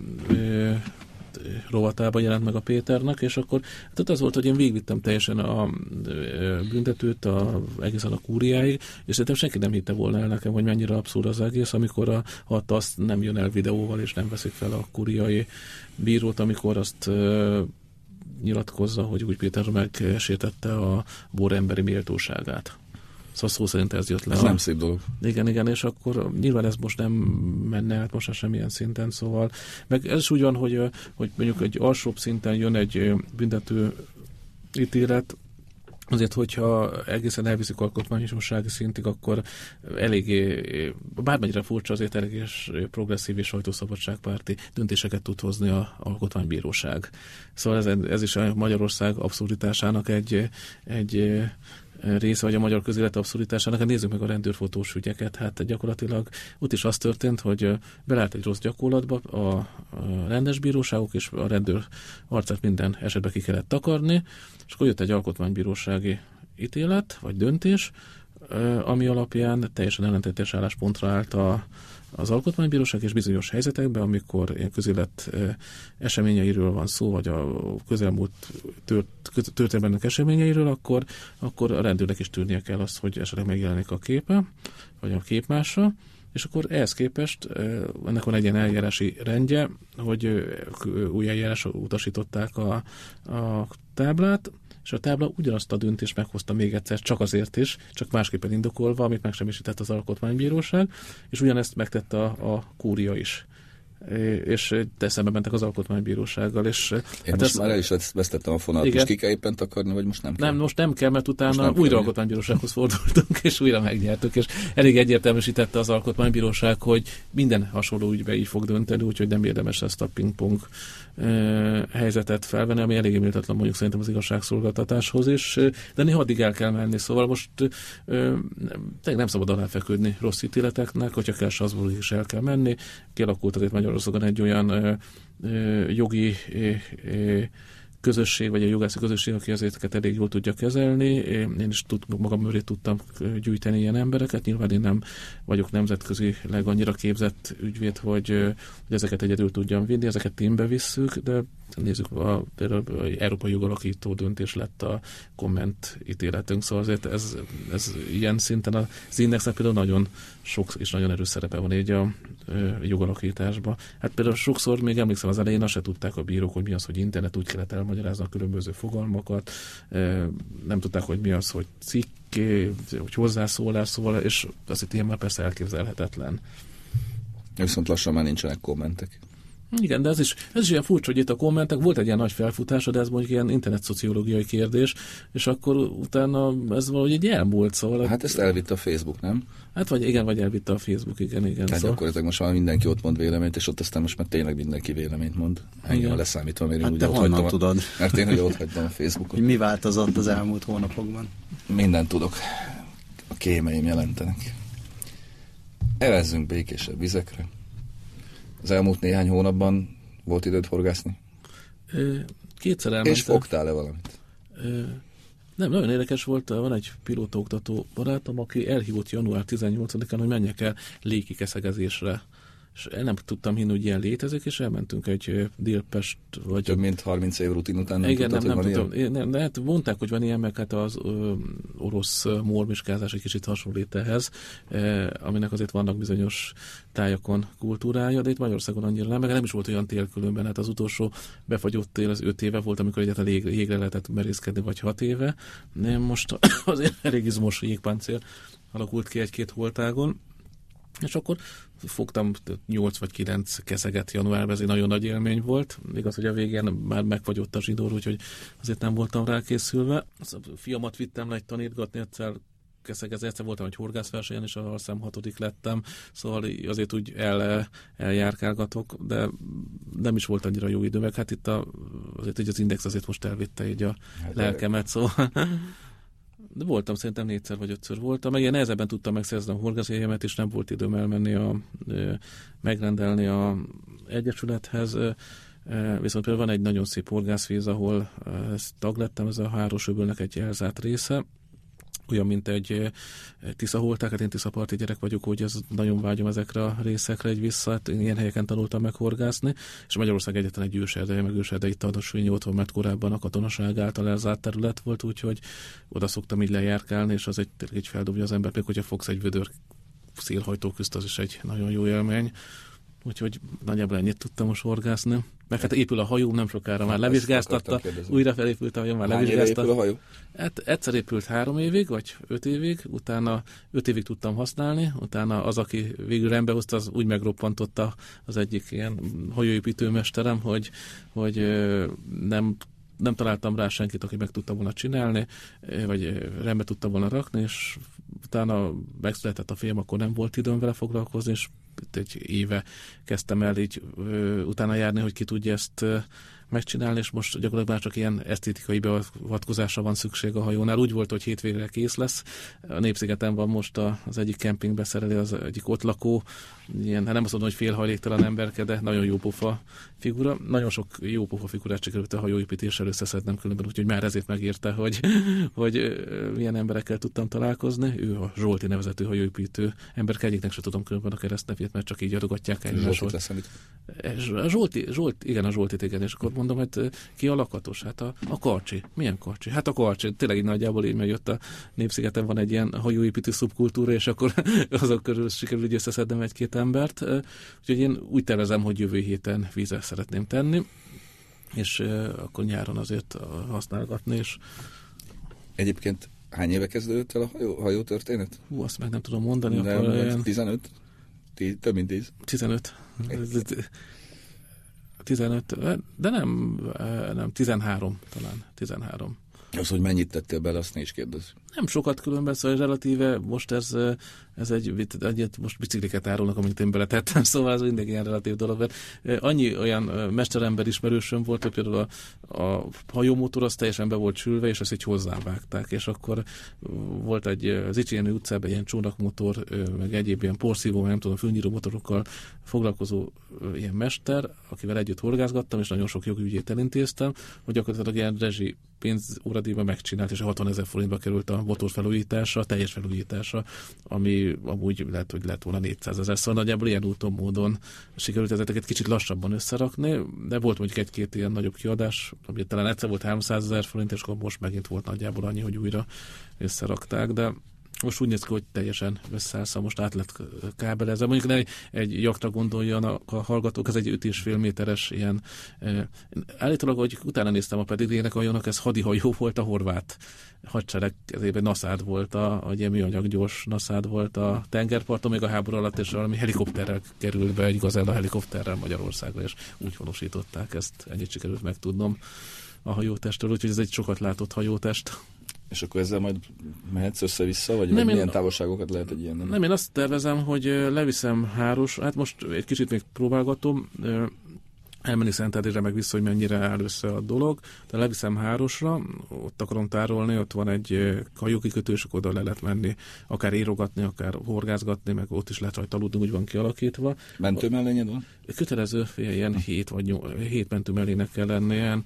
rovatában jelent meg a Péternek, és akkor tehát az volt, hogy én végigvittem teljesen a büntetőt a, egészen a kúriáig, és szerintem senki nem hitte volna el nekem, hogy mennyire abszurd az egész, amikor a, a TASZ nem jön el videóval, és nem veszik fel a kúriai bírót, amikor azt uh, nyilatkozza, hogy Új Péter megsértette a bor emberi méltóságát. Szóval szó szerint ez jött le. Ez a... nem szép dolog. Igen, igen, és akkor nyilván ez most nem menne át most semmilyen szinten, szóval meg ez is úgy van, hogy, hogy mondjuk egy alsóbb szinten jön egy büntető ítélet, azért, hogyha egészen elviszik alkotmányossági szintig, akkor eléggé, bármennyire furcsa, azért eléggé progresszív és sajtószabadságpárti döntéseket tud hozni az alkotmánybíróság. Szóval ez, ez is a Magyarország abszurditásának egy, egy része, vagy a magyar közélet abszurditásának. Hát nézzük meg a rendőrfotós ügyeket. Hát gyakorlatilag ott is az történt, hogy beleállt egy rossz gyakorlatba a rendes bíróságok, és a rendőr arcát minden esetben ki kellett takarni, és akkor jött egy alkotmánybírósági ítélet, vagy döntés, ami alapján teljesen ellentétes álláspontra állt a, az alkotmánybíróság, és bizonyos helyzetekben, amikor ilyen közélet eseményeiről van szó, vagy a közelmúlt tört, történelmének eseményeiről, akkor, akkor a rendőrnek is tudnia kell azt, hogy esetleg megjelenik a képe, vagy a képmása, és akkor ehhez képest ennek van egy ilyen eljárási rendje, hogy új eljárásra utasították a, a táblát, és a tábla ugyanazt a döntést meghozta még egyszer, csak azért is, csak másképpen indokolva, amit megsemmisített az Alkotmánybíróság, és ugyanezt megtette a, a kúria is. És de szembe mentek az Alkotmánybírósággal. És, Én hát most ez, már el is vesztettem a fonalat, igen. most ki kell éppen takarni, vagy most nem kell? Nem, most nem kell, mert utána nem újra kell. Alkotmánybírósághoz fordultunk, és újra megnyertük, és elég egyértelműsítette az Alkotmánybíróság, hogy minden hasonló ügybe így fog dönteni, úgyhogy nem érdemes ezt a pingpong helyzetet felvenni, ami eléggé méltatlan mondjuk szerintem az igazságszolgáltatáshoz is, de néha addig el kell menni, szóval most tényleg nem szabad aláfeküdni rossz ítéleteknek, hogyha kell, Strasbourgig is el kell menni. Kialakult azért Magyarországon egy olyan ö, ö, jogi ö, ö, közösség, vagy a jogászi közösség, aki ezeket elég jól tudja kezelni. Én is tud, magam mögé tudtam gyűjteni ilyen embereket. Nyilván én nem vagyok nemzetközileg annyira képzett ügyvéd, hogy, hogy ezeket egyedül tudjam vinni, ezeket teambe visszük, de nézzük, a, például az európai jogalakító döntés lett a komment ítéletünk, szóval azért ez, ez ilyen szinten az Indexnek például nagyon sok és nagyon erős szerepe van így a jogalakításban. Hát például sokszor, még emlékszem az elején, azt se tudták a bírók, hogy mi az, hogy internet, úgy kellett elmagyarázni a különböző fogalmakat, nem tudták, hogy mi az, hogy cikk, hogy hozzászólás, szóval, és azért ilyen már persze elképzelhetetlen. Viszont lassan már nincsenek kommentek. Igen, de ez is, ez is ilyen furcsa, hogy itt a kommentek, volt egy ilyen nagy felfutása, de ez mondjuk ilyen internetszociológiai kérdés, és akkor utána ez valahogy egy elmúlt, szóval... Hát ezt elvitte a Facebook, nem? Hát vagy igen, vagy elvitte a Facebook, igen, igen. Hát szóval. gyakorlatilag most már mindenki ott mond véleményt, és ott aztán most már tényleg mindenki véleményt mond. Engem leszámítva, mert én hát ugye te ott honnan hagytam, tudod? A, mert én ugye ott hagytam a Facebookot. Mi változott az elmúlt hónapokban? Mindent tudok. A kémeim jelentenek. Evezzünk békésebb vizekre. Az elmúlt néhány hónapban volt időt horgászni? Kétszer elmentem. És fogtál-e valamit? Nem, nagyon érdekes volt, van egy pilótaoktató barátom, aki elhívott január tizennyolcadikán, hogy menjek el légikeszegezésre. És el nem tudtam hinni, hogy ilyen létezik, és elmentünk egy Délpest, vagy... Több mint harminc év rutin után nem igen, tudtad, nem, hogy nem van tudom. Nem, de hát mondták, hogy van ilyen, meg hát az ö, orosz mormiskázás egy kicsit hasonlít ehhez, e, aminek azért vannak bizonyos tájakon kultúrája, de itt Magyarországon annyira nem, meg nem is volt olyan tél különben, hát az utolsó befagyott tél az öt éve volt, amikor egyáltalán jég, jégre lehetett merészkedni, vagy hat éve. Nem, most azért elég izmos jégpáncél alakult ki egy-két holtágon. És akkor fogtam nyolc vagy kilenc keszeget januárban, ez egy nagyon nagy élmény volt. Igaz, hogy a végén már megfagyott a zsidór, úgyhogy azért nem voltam rá készülve. A fiamat vittem le egy tanítgatni, egyszer keszegezni, egyszer voltam egy horgászversenyen, és a szám hatodik lettem, szóval azért úgy el, eljárkálgatok, de nem is volt annyira jó idő, meg hát itt a, azért így az Index azért most elvitte így a hát lelkemet, szóval... De voltam, szerintem négyszer vagy ötször voltam, meg ilyen nehezebben tudtam megszerzni a horgászjegyemet, és nem volt időm elmenni a, megrendelni a egyesülethez. Viszont például van egy nagyon szép horgászvíz, ahol tag lettem, ez a Hárosöbölnek egy elzárt része, olyan, mint egy tiszaholták, hát én tiszaparti gyerek vagyok, hogy ez nagyon vágyom ezekre a részekre egy vissza, hát ilyen helyeken tanultam meg horgászni, és Magyarország egyetlen egy őserdeje, meg őserdei Tadosvényi otthon, mert korábban a katonaság által elzárt terület volt, úgyhogy oda szoktam így lejárkálni, és az egy, egy feldobja az ember, még hogyha fogsz egy vödör szélhajtó közt, az is egy nagyon jó élmény. Úgyhogy nagyjából ennyit tudtam most horgászni. Meg hát épül a hajó, nem sokára már levizsgáztatta, újra felépült a hajó, már levizsgáztatta. Hány éve épül a hajó? Hát egyszer épült három évig, vagy öt évig, utána öt évig tudtam használni, utána az, aki végül rendbe hozta, az úgy megroppantotta az egyik ilyen hajóépítőmesterem, hogy, hogy nem nem találtam rá senkit, aki meg tudta volna csinálni, vagy rendbe tudta volna rakni, és utána megszületett a film, akkor nem volt időm vele foglalkozni, és egy éve kezdtem el így ö, utána járni, hogy ki tudja ezt ö, megcsinálni, és most gyakorlatilag már csak ilyen esztétikai beavatkozásra van szükség a hajónál. Úgy volt, hogy hétvégre kész lesz. A Népszigeten van most a, az egyik kempingbe szereli az egyik ott lakó, ilyen, hát nem azt mondom, hogy félhajléktalan emberke, de nagyon jó pofa figura. Nagyon sok jó pofa figurát sikerült a hajóépítéssel összeszednem különben, úgyhogy már ezért megírta, hogy, hogy milyen emberekkel tudtam találkozni. Ő a Zsolti nevezetű hajóépítő emberke, egyiknek se tudom különben a keresztnevét, mert csak így adogatják egymáshoz. A Zsolti, Zsolt, igen, a Zsoltit, igen, és akkor mondom, hogy ki a lakatos? Hát a, a Karcsi. Milyen Karcsi? Hát a Karcsi. Tényleg így nagyjából így megjött a Népszigeten van egy ilyen hajóépítő szubkultúra, és akkor azok körül sikerül így összeszednem egy-két embert. Úgyhogy én úgy tervezem, hogy jövő héten vízre szeretném tenni, és akkor nyáron azért használgatni, és egyébként hány éve kezdődött el a hajó, hajó történet? Hú, azt meg nem tudom mondani. De akkor ilyen... tizenöt? Tíz, több mint tíz? tizenöt. tizenöt, de nem, nem, tizenhárom talán, tizenhárom. Az, hogy mennyit tettél bele, azt ne is kérdez. Nem sokat különben, szóval relatíve most ez, ez egy, egy, most bicikliket árulnak, amit én beletettem, szóval ez mindig ilyen relatív dolog, mert annyi olyan mesterember ismerősöm volt, hogy például a, a hajómotor az teljesen be volt sülve, és ezt így hozzám vágták, és akkor volt egy az Icsienő utcában ilyen csónakmotor, meg egyéb ilyen porszívó, nem tudom, fülnyíró motorokkal foglalkozó ilyen mester, akivel együtt horgászgattam, és nagyon sok jogügyét elintéztem, hogy gyakorlatilag ilyen rezsi pénz óradíjban megcsinált, és hatvanezer forintba került a motor felújítása, a teljes felújítása, ami amúgy lehet, hogy lett volna négyszázezer, szóval nagyjából ilyen úton, módon sikerült ezeket kicsit lassabban összerakni, de volt mondjuk egy-két ilyen nagyobb kiadás, ami talán egyszer volt háromszázezer forint, és akkor most megint volt nagyjából annyi, hogy újra összerakták, de most úgy néz ki, hogy teljesen összeáll, szóval most át lett kábelezve. Mondjuk egy, egy jaktra gondoljanak a hallgatók, ez egy öt és fél méteres ilyen. Eh, állítólag, hogy utána néztem a pedigrének, hajónak, ez hadihajó volt a horvát hadsereg, ezért naszád volt, a, a ilyen műanyag gyors naszád volt a tengerparton, még a háború alatt, és valami helikopterrel került be, egy Gazella helikopterrel Magyarországra, és úgy valósították ezt, ennyit sikerült megtudnom a hajótestről, úgyhogy ez egy sokat látott hajótest. És akkor ezzel majd mehetsz össze-vissza, vagy, nem vagy én, milyen távolságokat lehet egy ilyen? Nem? nem, én azt tervezem, hogy leviszem háros, hát most egy kicsit még próbálgatom, elmenni Szentendrére meg vissza, hogy mennyire áll össze a dolog, de leviszem Hárosra, ott akarom tárolni, ott van egy hajókikötő, és oda le lehet menni, akár írogatni, akár horgászgatni, meg ott is lehet rajta aludni, úgy van kialakítva. Mentőmellényed van? Kötelező, ilyen hét vagy nyolc, hét mentőmellének kell lennie.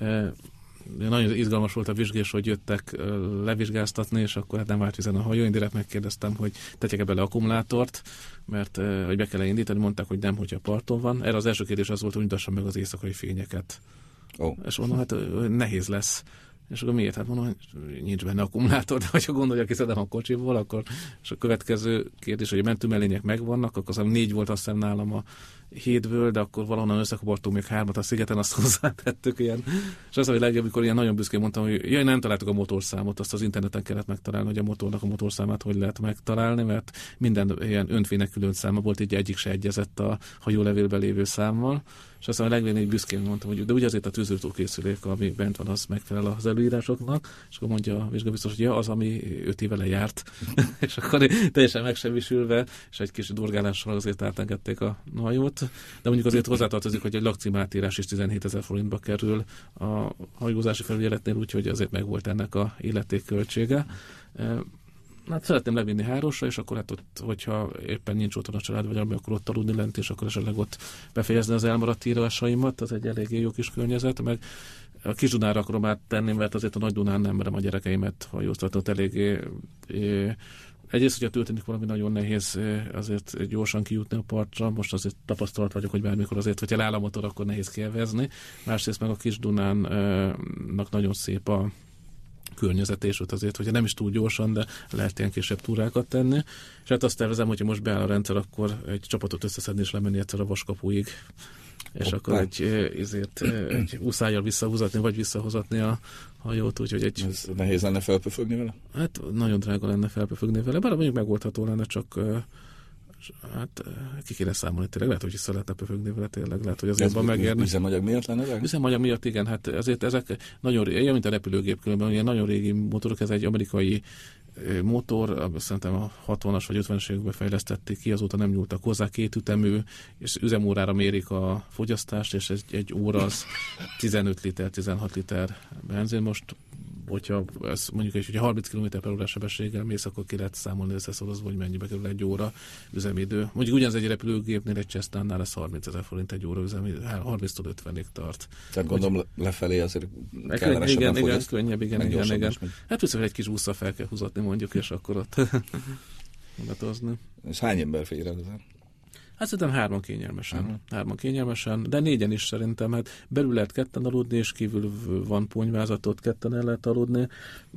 Nagyon izgalmas volt a vizsgés, hogy jöttek levizsgáztatni, és akkor hát nem vált vizen a hajó. Én direkt megkérdeztem, hogy tegyek-e bele akkumulátort, mert hogy be kell indítani, mondták, hogy nem, hogyha parton van. Erre az első kérdés az volt, hogy mutassam meg az éjszakai fényeket. Oh. És mondom, hát nehéz lesz. És akkor miért? Hát mondom, hogy nincs benne akkumulátor, de ha gondolja, kiszedem a kocsiból, akkor és a következő kérdés, hogy a mentőmellények megvannak, akkor az négy volt azt hiszem nálam a hétből, de akkor valahonnan összekapartunk még hármat a szigeten, azt hozzátettük ilyen. És az, hogy legjobb, amikor ilyen nagyon büszkén mondtam, hogy jaj, nem találtuk a motorszámot, azt az interneten kellett megtalálni, hogy a motornak a motorszámát hogy lehet megtalálni, mert minden ilyen önfének külön száma volt, így egyik se egyezett a hajólevélben lévő számmal. És aztán a legvégén büszkén mondtam, hogy de ugye azért a tűzoltókészülék, ami bent van, az megfelel az előírásoknak, és akkor mondja a vizsgabiztos, hogy ja, az, ami öt éve lejárt. És akkor teljesen megsemmisülve, és egy kis durgálással azért átengedték a hajót. De mondjuk azért hozzátartozik, hogy egy lakcímátírás is tizenhétezer forintba kerül a hajózási felügyeletnél, úgyhogy azért megvolt ennek a illetékköltsége. Hát szeretném levinni Hárosra, és akkor hát ott, hogyha éppen nincs otthon a család, vagy ami, akkor ott aludni lent, és akkor esetleg ott befejezni az elmaradt írásaimat, az egy eléggé jó kis környezet, meg a Kis-Dunára akarom áttenni, mert azért a Nagy-Dunán nem merem a gyerekeimet hajóztatni, ott eléggé. Egyrészt, hogyha történik valami nagyon nehéz, azért gyorsan kijutni a partra, most azért tapasztalat vagyok, hogy bármikor azért, hogyha eláll a motor, akkor nehéz kielvezni. Másrészt meg a Kis-Dunánnak nagyon szép a környezet, és ott azért, hogyha nem is túl gyorsan, de lehet ilyen kisebb túrákat tenni. És hát azt tervezem, hogyha most beáll a rendszer, akkor egy csapatot összeszedni és lemenni egyszer a Vaskapuig. És Hoppá. Akkor egy, ezért, egy úszájjal visszahúzatni, vagy visszahozatni a hajót, úgyhogy egy... Ez nehéz lenne felpöfögni vele? Hát nagyon drága lenne felpöfögni vele, bár mondjuk megoldható lenne, csak hát ki kéne számolni tényleg, lehet, hogy vissza lehetne pöfögni vele tényleg, lehet, hogy az jobban megérni. Üzemanyag miatt lenne drága? Üzemanyag miatt, igen, hát ezért ezek nagyon régi, mint a repülőgép különben, ilyen nagyon régi motorok, ez egy amerikai motor, szerintem a hatvanas vagy ötvenes években fejlesztették ki, azóta nem nyúltak hozzá, két ütemű, és üzemórára mérik a fogyasztást, és egy, egy óra az tizenöt liter, tizenhat liter benzin. Most, hogyha ez mondjuk egy, hogyha harminc kilométer per órás sebességgel mész, akkor ki lehet számolni összeszorozva, hogy mennyibe kerül egy óra üzemidő. Mondjuk ugyanaz egy repülőgépnél, egy Cessnánál ez harmincezer forint egy óra üzemidő, harminctól ötvenig tart. Tehát gondolom hogy... lefelé azért kellemesebben igen, fogyaszt. Igen, könnyebb, igen, igen, igen. Is, hát viszont egy kis busszal fel kell húzatni mondjuk, és akkor ott mondatozni. És hány ember fér el ezen? Hát szerintem hárman kényelmesen. Uh-huh. Hárman kényelmesen, de négyen is szerintem. Hát belül lehet ketten aludni, és kívül van ponyvázatot, ketten el lehet aludni.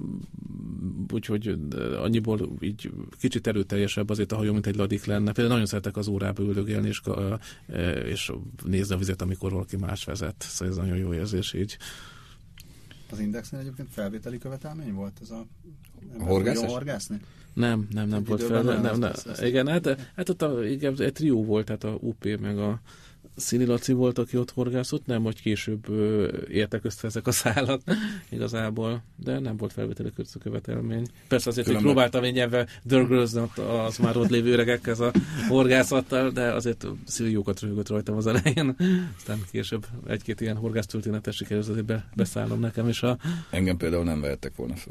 Úgyhogy annyiból így kicsit erőteljesebb azért a hajó, mint egy ladik lenne. Például nagyon szeretek az órába üldögélni, és, és nézni a vizet, amikor valaki más vezet. Szóval ez nagyon jó érzés így. Az Indexnél egyébként felvételi követelmény volt ez a... a horgászás? horgászni? Nem, nem, nem volt fel. Nem, nem, nem. Igen, hát, hát ott a, igen, egy trió volt, tehát a u pé meg a Színi Laci volt, aki ott horgászott, nem, hogy később ö, értek össze ezek a szálak igazából, de nem volt felvételi követelmény. Persze azért, hogy próbáltam én nyelvvel dörgölözni az már ott lévő öregekhez a horgászattal, de azért Szili jókat röhögött rajtam az elején. Aztán később egy-két ilyen horgásztörténetes sikerült azért be, beszállom nekem is. A... Engem például nem vehettek volna föl.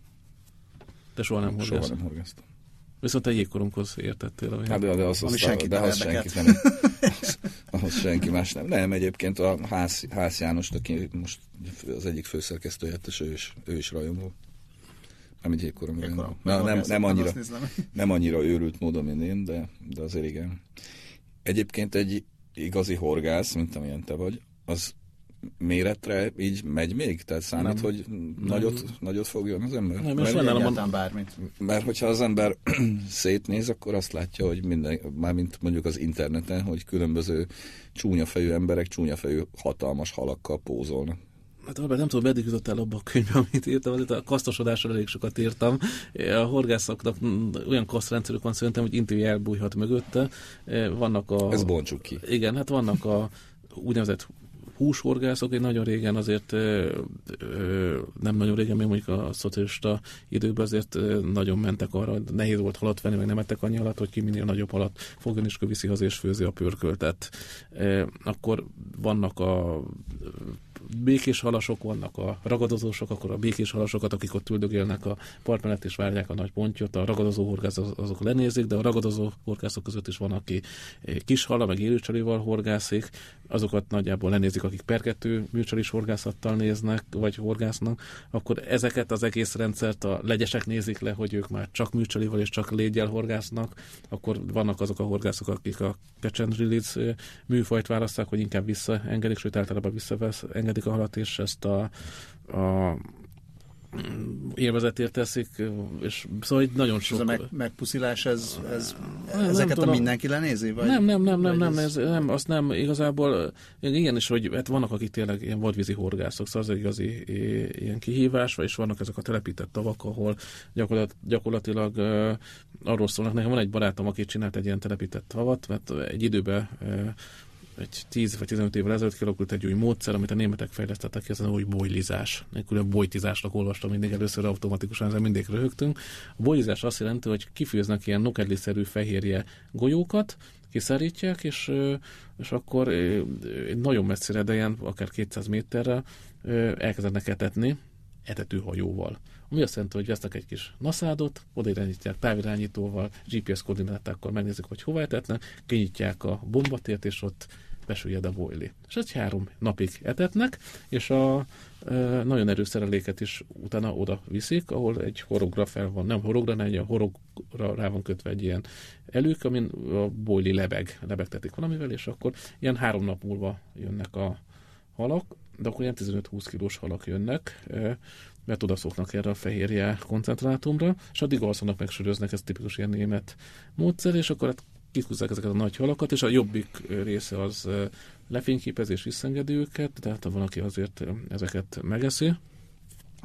De soha nem horgáztam. Soha nem horgáztam. Viszont egy jégkoromhoz értettél. Hát de, de az, az, senki de az senki nem. Az, az senki más nem. Nem, egyébként a Ház, Ház János, aki most az egyik főszerkesztője, és ő is, ő is rajongó. Nem egy jégkorom rajongó. Nem, nem, nem, annyira, nem annyira őrült módon, mint én, de, de azért igen. Egyébként egy igazi horgász, mint amilyen te vagy, az méretre így megy még? Tehát számít, nem, hogy nagyot, nem. nagyot fogjon az ember? Nem, most egyáltalán bármit. Mert hogyha az ember szétnéz, akkor azt látja, hogy minden, mármint mondjuk az interneten, hogy különböző csúnyafejű emberek csúnyafejű hatalmas halakkal pózolnak. Hát Albert, nem tudom, meddig jutottál abba a könyvbe, amit írtam, azért a kasztosodásról elég sokat írtam. A horgászoknak olyan kasztrendszerük van szerintem, hogy intévi elbújhat mögötte. Vannak a... Ez bontsuk ki. Igen, hát vannak a úgynevezett húshorgászok, egy nagyon régen azért ö, ö, nem nagyon régen, még mondjuk a szocialista időkben azért ö, nagyon mentek arra, nehéz volt halat venni, meg nem ettek annyi halat, hogy ki minél nagyobb halat fogjon, és viszi haza és főzi a pörköltet. Ö, akkor vannak a békés halasok, vannak a ragadozósok, akkor a békés halasokat, akik ott üldögélnek a part mellett és várják a nagy pontyot, a ragadozó horgász azok lenézik, de a ragadozó horgászok között is van, aki kis hala, meg élőcsalival horgászik, azokat nagyjából lenézik, akik per kettő műcsalis horgászattal néznek, vagy horgásznak, akkor ezeket az egész rendszert a legyesek nézik le, hogy ők már csak műcsalival és csak légyel horgásznak, akkor vannak azok a horgászok, akik a catch and release műfajt választák, hogy inkább visszaengedik, sőt általában visszavesz, engedik a halat, és ezt a, a élvezetért teszik, és szóval így nagyon sok... Ez a meg, megpuszilás, ez, ez nem, ezeket nem a mindenki lenézi? Vagy, nem, nem, nem, nem, nem, ez... ez, nem, azt nem, igazából igen is, hogy hát vannak, akik tényleg ilyen vadvízi horgászok, szóval az egy igazi ilyen kihívás, és vannak ezek a telepített tavak, ahol gyakorlat, gyakorlatilag uh, arról szólnak, nekem van egy barátom, aki csinált egy ilyen telepített tavat, mert egy időben uh, egy tíz vagy tizenöt évvel ezelőtt kialakult egy új módszer, amit a németek fejlesztettek ki, ez a új bojlizás. Egy külön bojtizásnak olvastam mindig először automatikusan, ezzel mindig röhögtünk. A bojlizás azt jelenti, hogy kifőznek ilyen nokedli-szerű fehérje golyókat, kiszárítják, és, és akkor nagyon messzire, de ilyen akár kétszáz méterre elkezdenek etetni etetőhajóval. Ami azt jelenti, hogy vesznek egy kis naszádot, odairányítják távirányítóval, gé pé es koordinátákkal megnézik, hogy hova etetnek, kinyitják a bombatért, és ott besüllyed a bojli. És egy három napig etetnek, és a e, nagyon erős szereléket is utána oda viszik, ahol egy horogra fel van, nem horogra, nem egy horogra rá van kötve egy ilyen elük, amin a bojli lebeg, lebegtetik valamivel, és akkor ilyen három nap múlva jönnek a halak, de akkor ilyen tizenöt-húsz kilós halak jönnek, e, mert odaszoknak erre a fehérje koncentrátumra, és addig alszanak, megsöröznek, ez tipikus ilyen német módszer, és akkor hát kihúzzák ezeket a nagy halakat, és a jobbik része az lefényképezés, visszaengedi őket, tehát van, aki azért ezeket megeszi,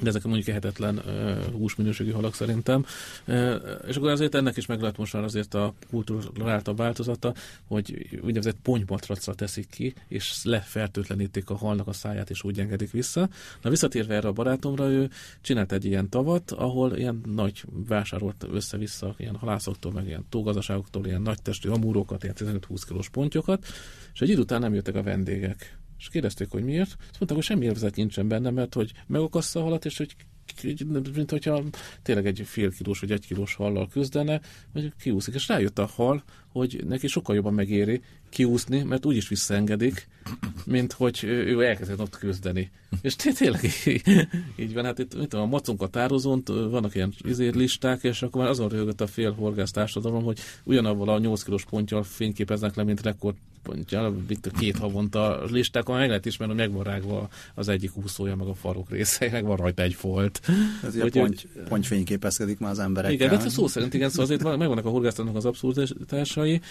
de ezek mondjuk ehetetlen uh, húsminőségű halak szerintem. Uh, és akkor azért ennek is meg lehet most már azért a kulturáltabb változata, hogy úgynevezett ponymatracra teszik ki, és lefertőtlenítik a halnak a száját, és úgy engedik vissza. Na visszatérve erre a barátomra, ő csinált egy ilyen tavat, ahol ilyen nagy vásárolt össze-vissza ilyen halászoktól, meg ilyen tógazdaságoktól, ilyen nagy testű amúrokat, ilyen tizenöt-húsz kilós pontyokat, és egy idő után nem jöttek a vendégek. És kérdezték, hogy miért. Azt mondták, hogy semmi élvezet nincsen benne, mert hogy megakassza a halat, és hogy mint hogyha tényleg egy fél kilós vagy egy kilós hallal küzdene, vagy kiúszik. És rájött a hal, hogy neki sokkal jobban megéri kiúszni, mert úgyis visszaengedik, mint hogy ő elkezdett ott küzdeni. És tényleg így van. Hát itt mit tudom, a Macunka tározón vannak ilyen listák, és akkor már azon röhögött a fél horgász társadalom, hogy ugyanabban a nyolc kilós ponttyal fényképeznek le, mint rekord pontjal, két havonta listákon meg lehet ismerni, hogy megvan rágva az egyik úszója, meg a farok része, meg van rajta egy folt. Ez ugye ponty, pontyfényképezkedik már az emberekkel. Igen, de szó szerint igen, szóval azért megvannak a horgászatnak az abszurditásai.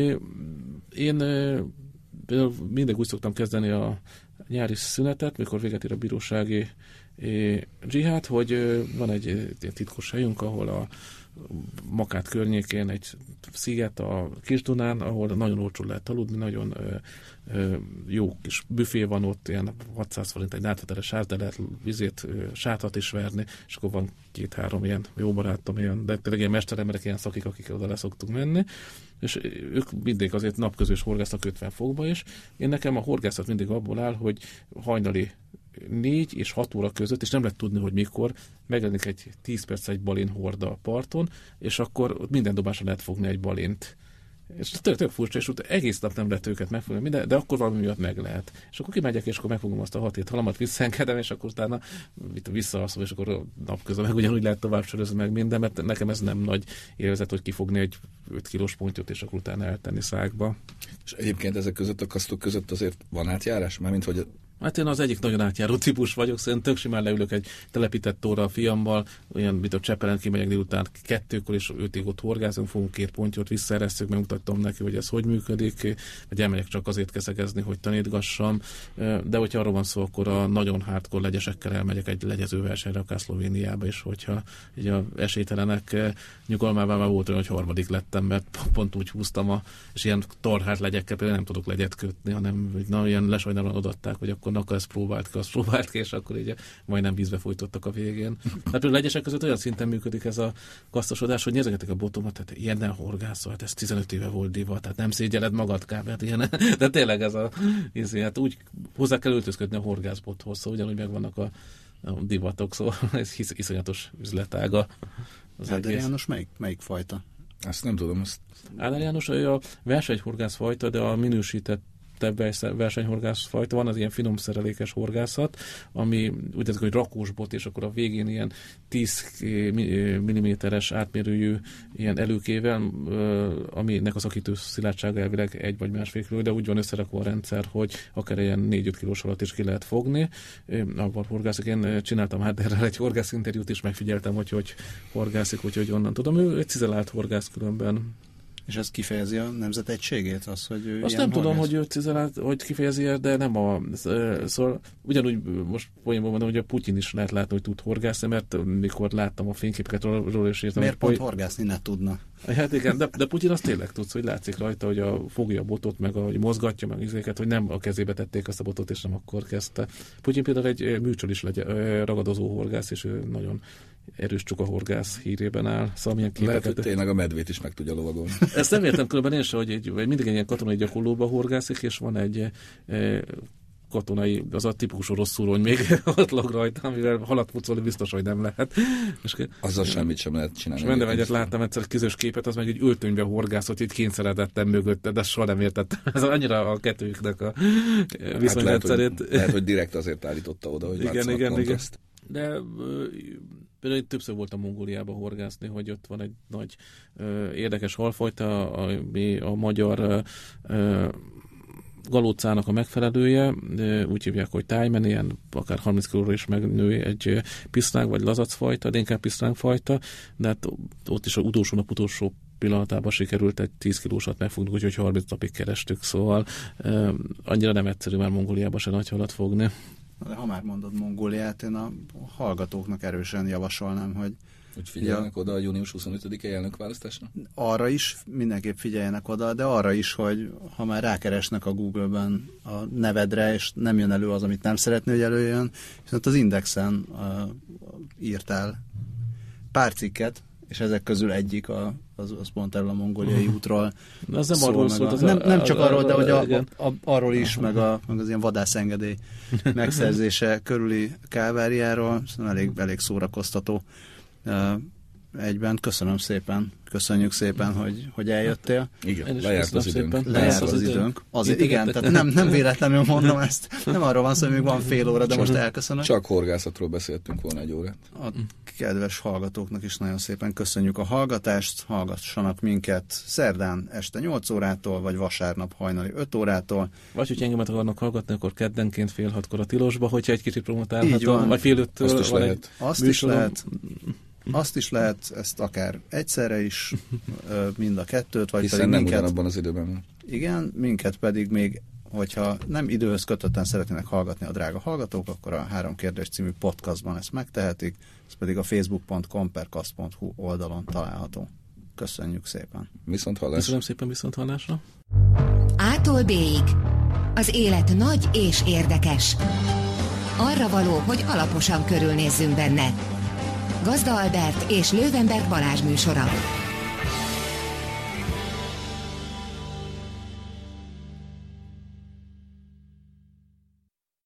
Én például mindig úgy szoktam kezdeni a nyári szünetet, mikor véget ér a bírósági dzsihád, hogy van egy titkos helyünk, ahol a Makát környékén egy sziget a Kis-Dunán, ahol nagyon olcsó lehet aludni, nagyon ö, ö, jó kis büfé van ott, ilyen hatszáz forint egy nátveteles sárt, de lehet vizét, ö, sátat is verni, és akkor van két-három ilyen jó barátom, ilyen, de tényleg ilyen mesteremberek, ilyen szakik, akikkel oda le szoktunk menni, és ők mindig azért napközös horgásznak ötven fokba is. Én nekem a horgászat mindig abból áll, hogy hajnali négy és hat óra között, és nem lehet tudni, hogy mikor, megjelenik egy tíz perc egy balin horda a parton, és akkor minden dobásra lehet fogni egy balint. És tök, tök furcsa, és utána egész nap nem lehet őket megfogni, minden, de akkor valami miatt meg lehet. És akkor kimegyek, és akkor megfogom azt a hat-hét halamat, visszaengedem, és akkor utána visszaalszom, és akkor napközben meg ugyanúgy lehet tovább sörözni meg minden, mert nekem ez nem nagy élvezet, hogy kifogni egy öt kilós pontyot, és akkor utána eltenni szákba. És egyébként ezek között a kasztok között azért van átjárás? Mármint, hogy Hát én az egyik nagyon átjáró típus vagyok, szerintem tök simán leülök egy telepített tóra a fiammal, olyan, mint a Csepelen kimegyek délután kettőkor, és ötig ott horgászunk, fogunk két pontyot, visszaeresztjük, megmutattam neki, hogy ez hogy működik, vagy elmegyek csak azért keszegezni, hogy tanítgassam, de hogyha arról van szó, akkor a nagyon hardcore legyesekkel elmegyek egy legyezőversenyre, akár Szlovéniába is, hogyha így a esélytelenek nyugalmában már volt olyan, hogy harmadik lettem, mert pont úgy húztam, a, és ilyen tarhált legyekkel például nem tudok legyet kötni, hanem na, ilyen lesajnálóan odaadták, hogy akkor akkor ezt próbált ki, azt próbált ki, és akkor így majdnem vízbe folytottak a végén. Hát például legyesek között olyan szinten működik ez a kasztosodás, hogy nézegetik a botomat, tehát ilyen nem horgászol, hát ez tizenöt éve volt divat, tehát nem szégyeled magad kb. Hát ilyen, de tényleg ez a ízé, hát úgy hozzá kell öltözködni a horgászbothoz, szóval ugyanúgy megvannak a, a divatok, szóval ez hisz, iszonyatos üzletága. Áder János melyik, melyik fajta? Ezt nem tudom. Ezt... Áder János a versenyhorgász fajta, de a minősített versenyhorgászfajta, van az ilyen finom szerelékes horgászat, ami úgy tetszik, hogy rakósbot, és akkor a végén ilyen tíz milliméteres átmérőjű ilyen előkével, aminek a szakítő szilárdsága elvileg egy vagy másfél kiló, de úgy van összerakva a rendszer, hogy akár ilyen négy-öt kilós alatt is ki lehet fogni. Abban horgászik. Én csináltam hát erre egy horgászinterjút, és megfigyeltem, hogy hogy horgászik, úgyhogy onnan tudom. Ő egy cizelált horgász különben. És ez kifejezi a nemzetegységét? Az, hogy ő azt nem horgász? Tudom, hogy ő cizelált, hogy kifejezi, de nem a... Szóval ugyanúgy most poénból mondom, hogy a Putyin is lehet látni, hogy tud horgászni, mert mikor láttam a fényképeket róla, és írtam... Miért pont horgászni ne tudna? Hát igen, de, de Putyin azt tényleg tudsz, hogy látszik rajta, hogy a, fogja a botot, meg ahogy mozgatja, meg izéket, hogy nem a kezébe tették azt a botot, és nem akkor kezdte. Putyin például egy műcsöl is legyen, ragadozó horgász, és ő nagyon erős csuka horgász hírében áll. Szóval milyen képeket... Lehet, hogy tényleg a medvét is meg tudja lovagolni. Ezt nem értem különben én sem, hogy egy, mindig egy ilyen katonai gyakorlóba horgászik, és van egy e, katonai, az a tipikus orosz szúrony még ott log rajta, amivel halat pucolni biztos, hogy nem lehet. És, azzal semmit sem lehet csinálni. És mentem egyet, láttam egyszer közös képet, az meg egy öltönybe horgászott, itt kényszeredettem mögötte, de soha nem értettem. Ez annyira a kettőjüknek a viszonyrendszerét. Hát lehet, lehet, hogy direkt azért állította oda, hogy igen, igen, igen. De például többször voltam Mongóliában horgászni, hogy ott van egy nagy ö, érdekes halfajta, ami a magyar ö, galócának a megfelelője, úgy hívják, hogy tájmen, ilyen akár harminc kilóra is megnő egy pisztráng vagy lazacfajta, de inkább pisztrángfajta, de hát ott is az utolsó nap utolsó pillanatában sikerült egy tíz kilósat megfogni, úgyhogy harminc napig kerestük, szóval uh, annyira nem egyszerű már Mongóliában se nagy halat fogni. De ha már mondod Mongóliát, én a hallgatóknak erősen javasolnám, hogy Hogy figyeljenek ja. oda a június huszonötödike elnökválasztásra? Arra is mindenképp figyeljenek oda, de arra is, hogy ha már rákeresnek a Google-ben a nevedre, és nem jön elő az, amit nem szeretné, hogy előjön, viszont az Indexen uh, írtál pár cikket, és ezek közül egyik a, az, az pont erről a mongóliai útról. Az nem arról szólt. Nem, nem csak arról, de hogy a, a, a, arról is, meg, a, meg az ilyen vadászengedély megszerzése körüli káváriáról, szóval elég, elég szórakoztató. Uh, egyben köszönöm szépen, köszönjük szépen, hogy, hogy eljöttél. Igen, lejárt az időnk. Lejárt az időnk. Azért, igen, tehát nem, nem véletlenül mondom ezt. Nem arról van szó, hogy még van fél óra, de most elköszönök. Csak horgászatról beszéltünk volna egy órát. A kedves hallgatóknak is nagyon szépen köszönjük a hallgatást. Hallgassanak minket szerdán este nyolc órától, vagy vasárnap hajnali öt órától. Vagy, hogy engemet akarnak hallgatni, akkor keddenként fél hatkor a Tilosba, hogyha egy kicsit promotálhatom. Vagy fél öttől. Azt is van lehet. Egy Azt is lehet. Azt is lehet, ezt akár egyszerre is, mind a kettőt, vagy hiszen pedig nem minket, ugyanabban az időben van. Igen, minket pedig még, hogyha nem időhöz kötötten szeretnének hallgatni a drága hallgatók, akkor a Három Kérdés című podcastban ezt megtehetik, ez pedig a facebook pont com per kast pont hu oldalon található. Köszönjük szépen. Viszont hallásra. Köszönöm szépen, viszont hallásra. A-tól B-ig. Az élet nagy és érdekes. Arra való, hogy alaposan körülnézzünk benne. Gazda Albert és Löwenberg Balázs műsora.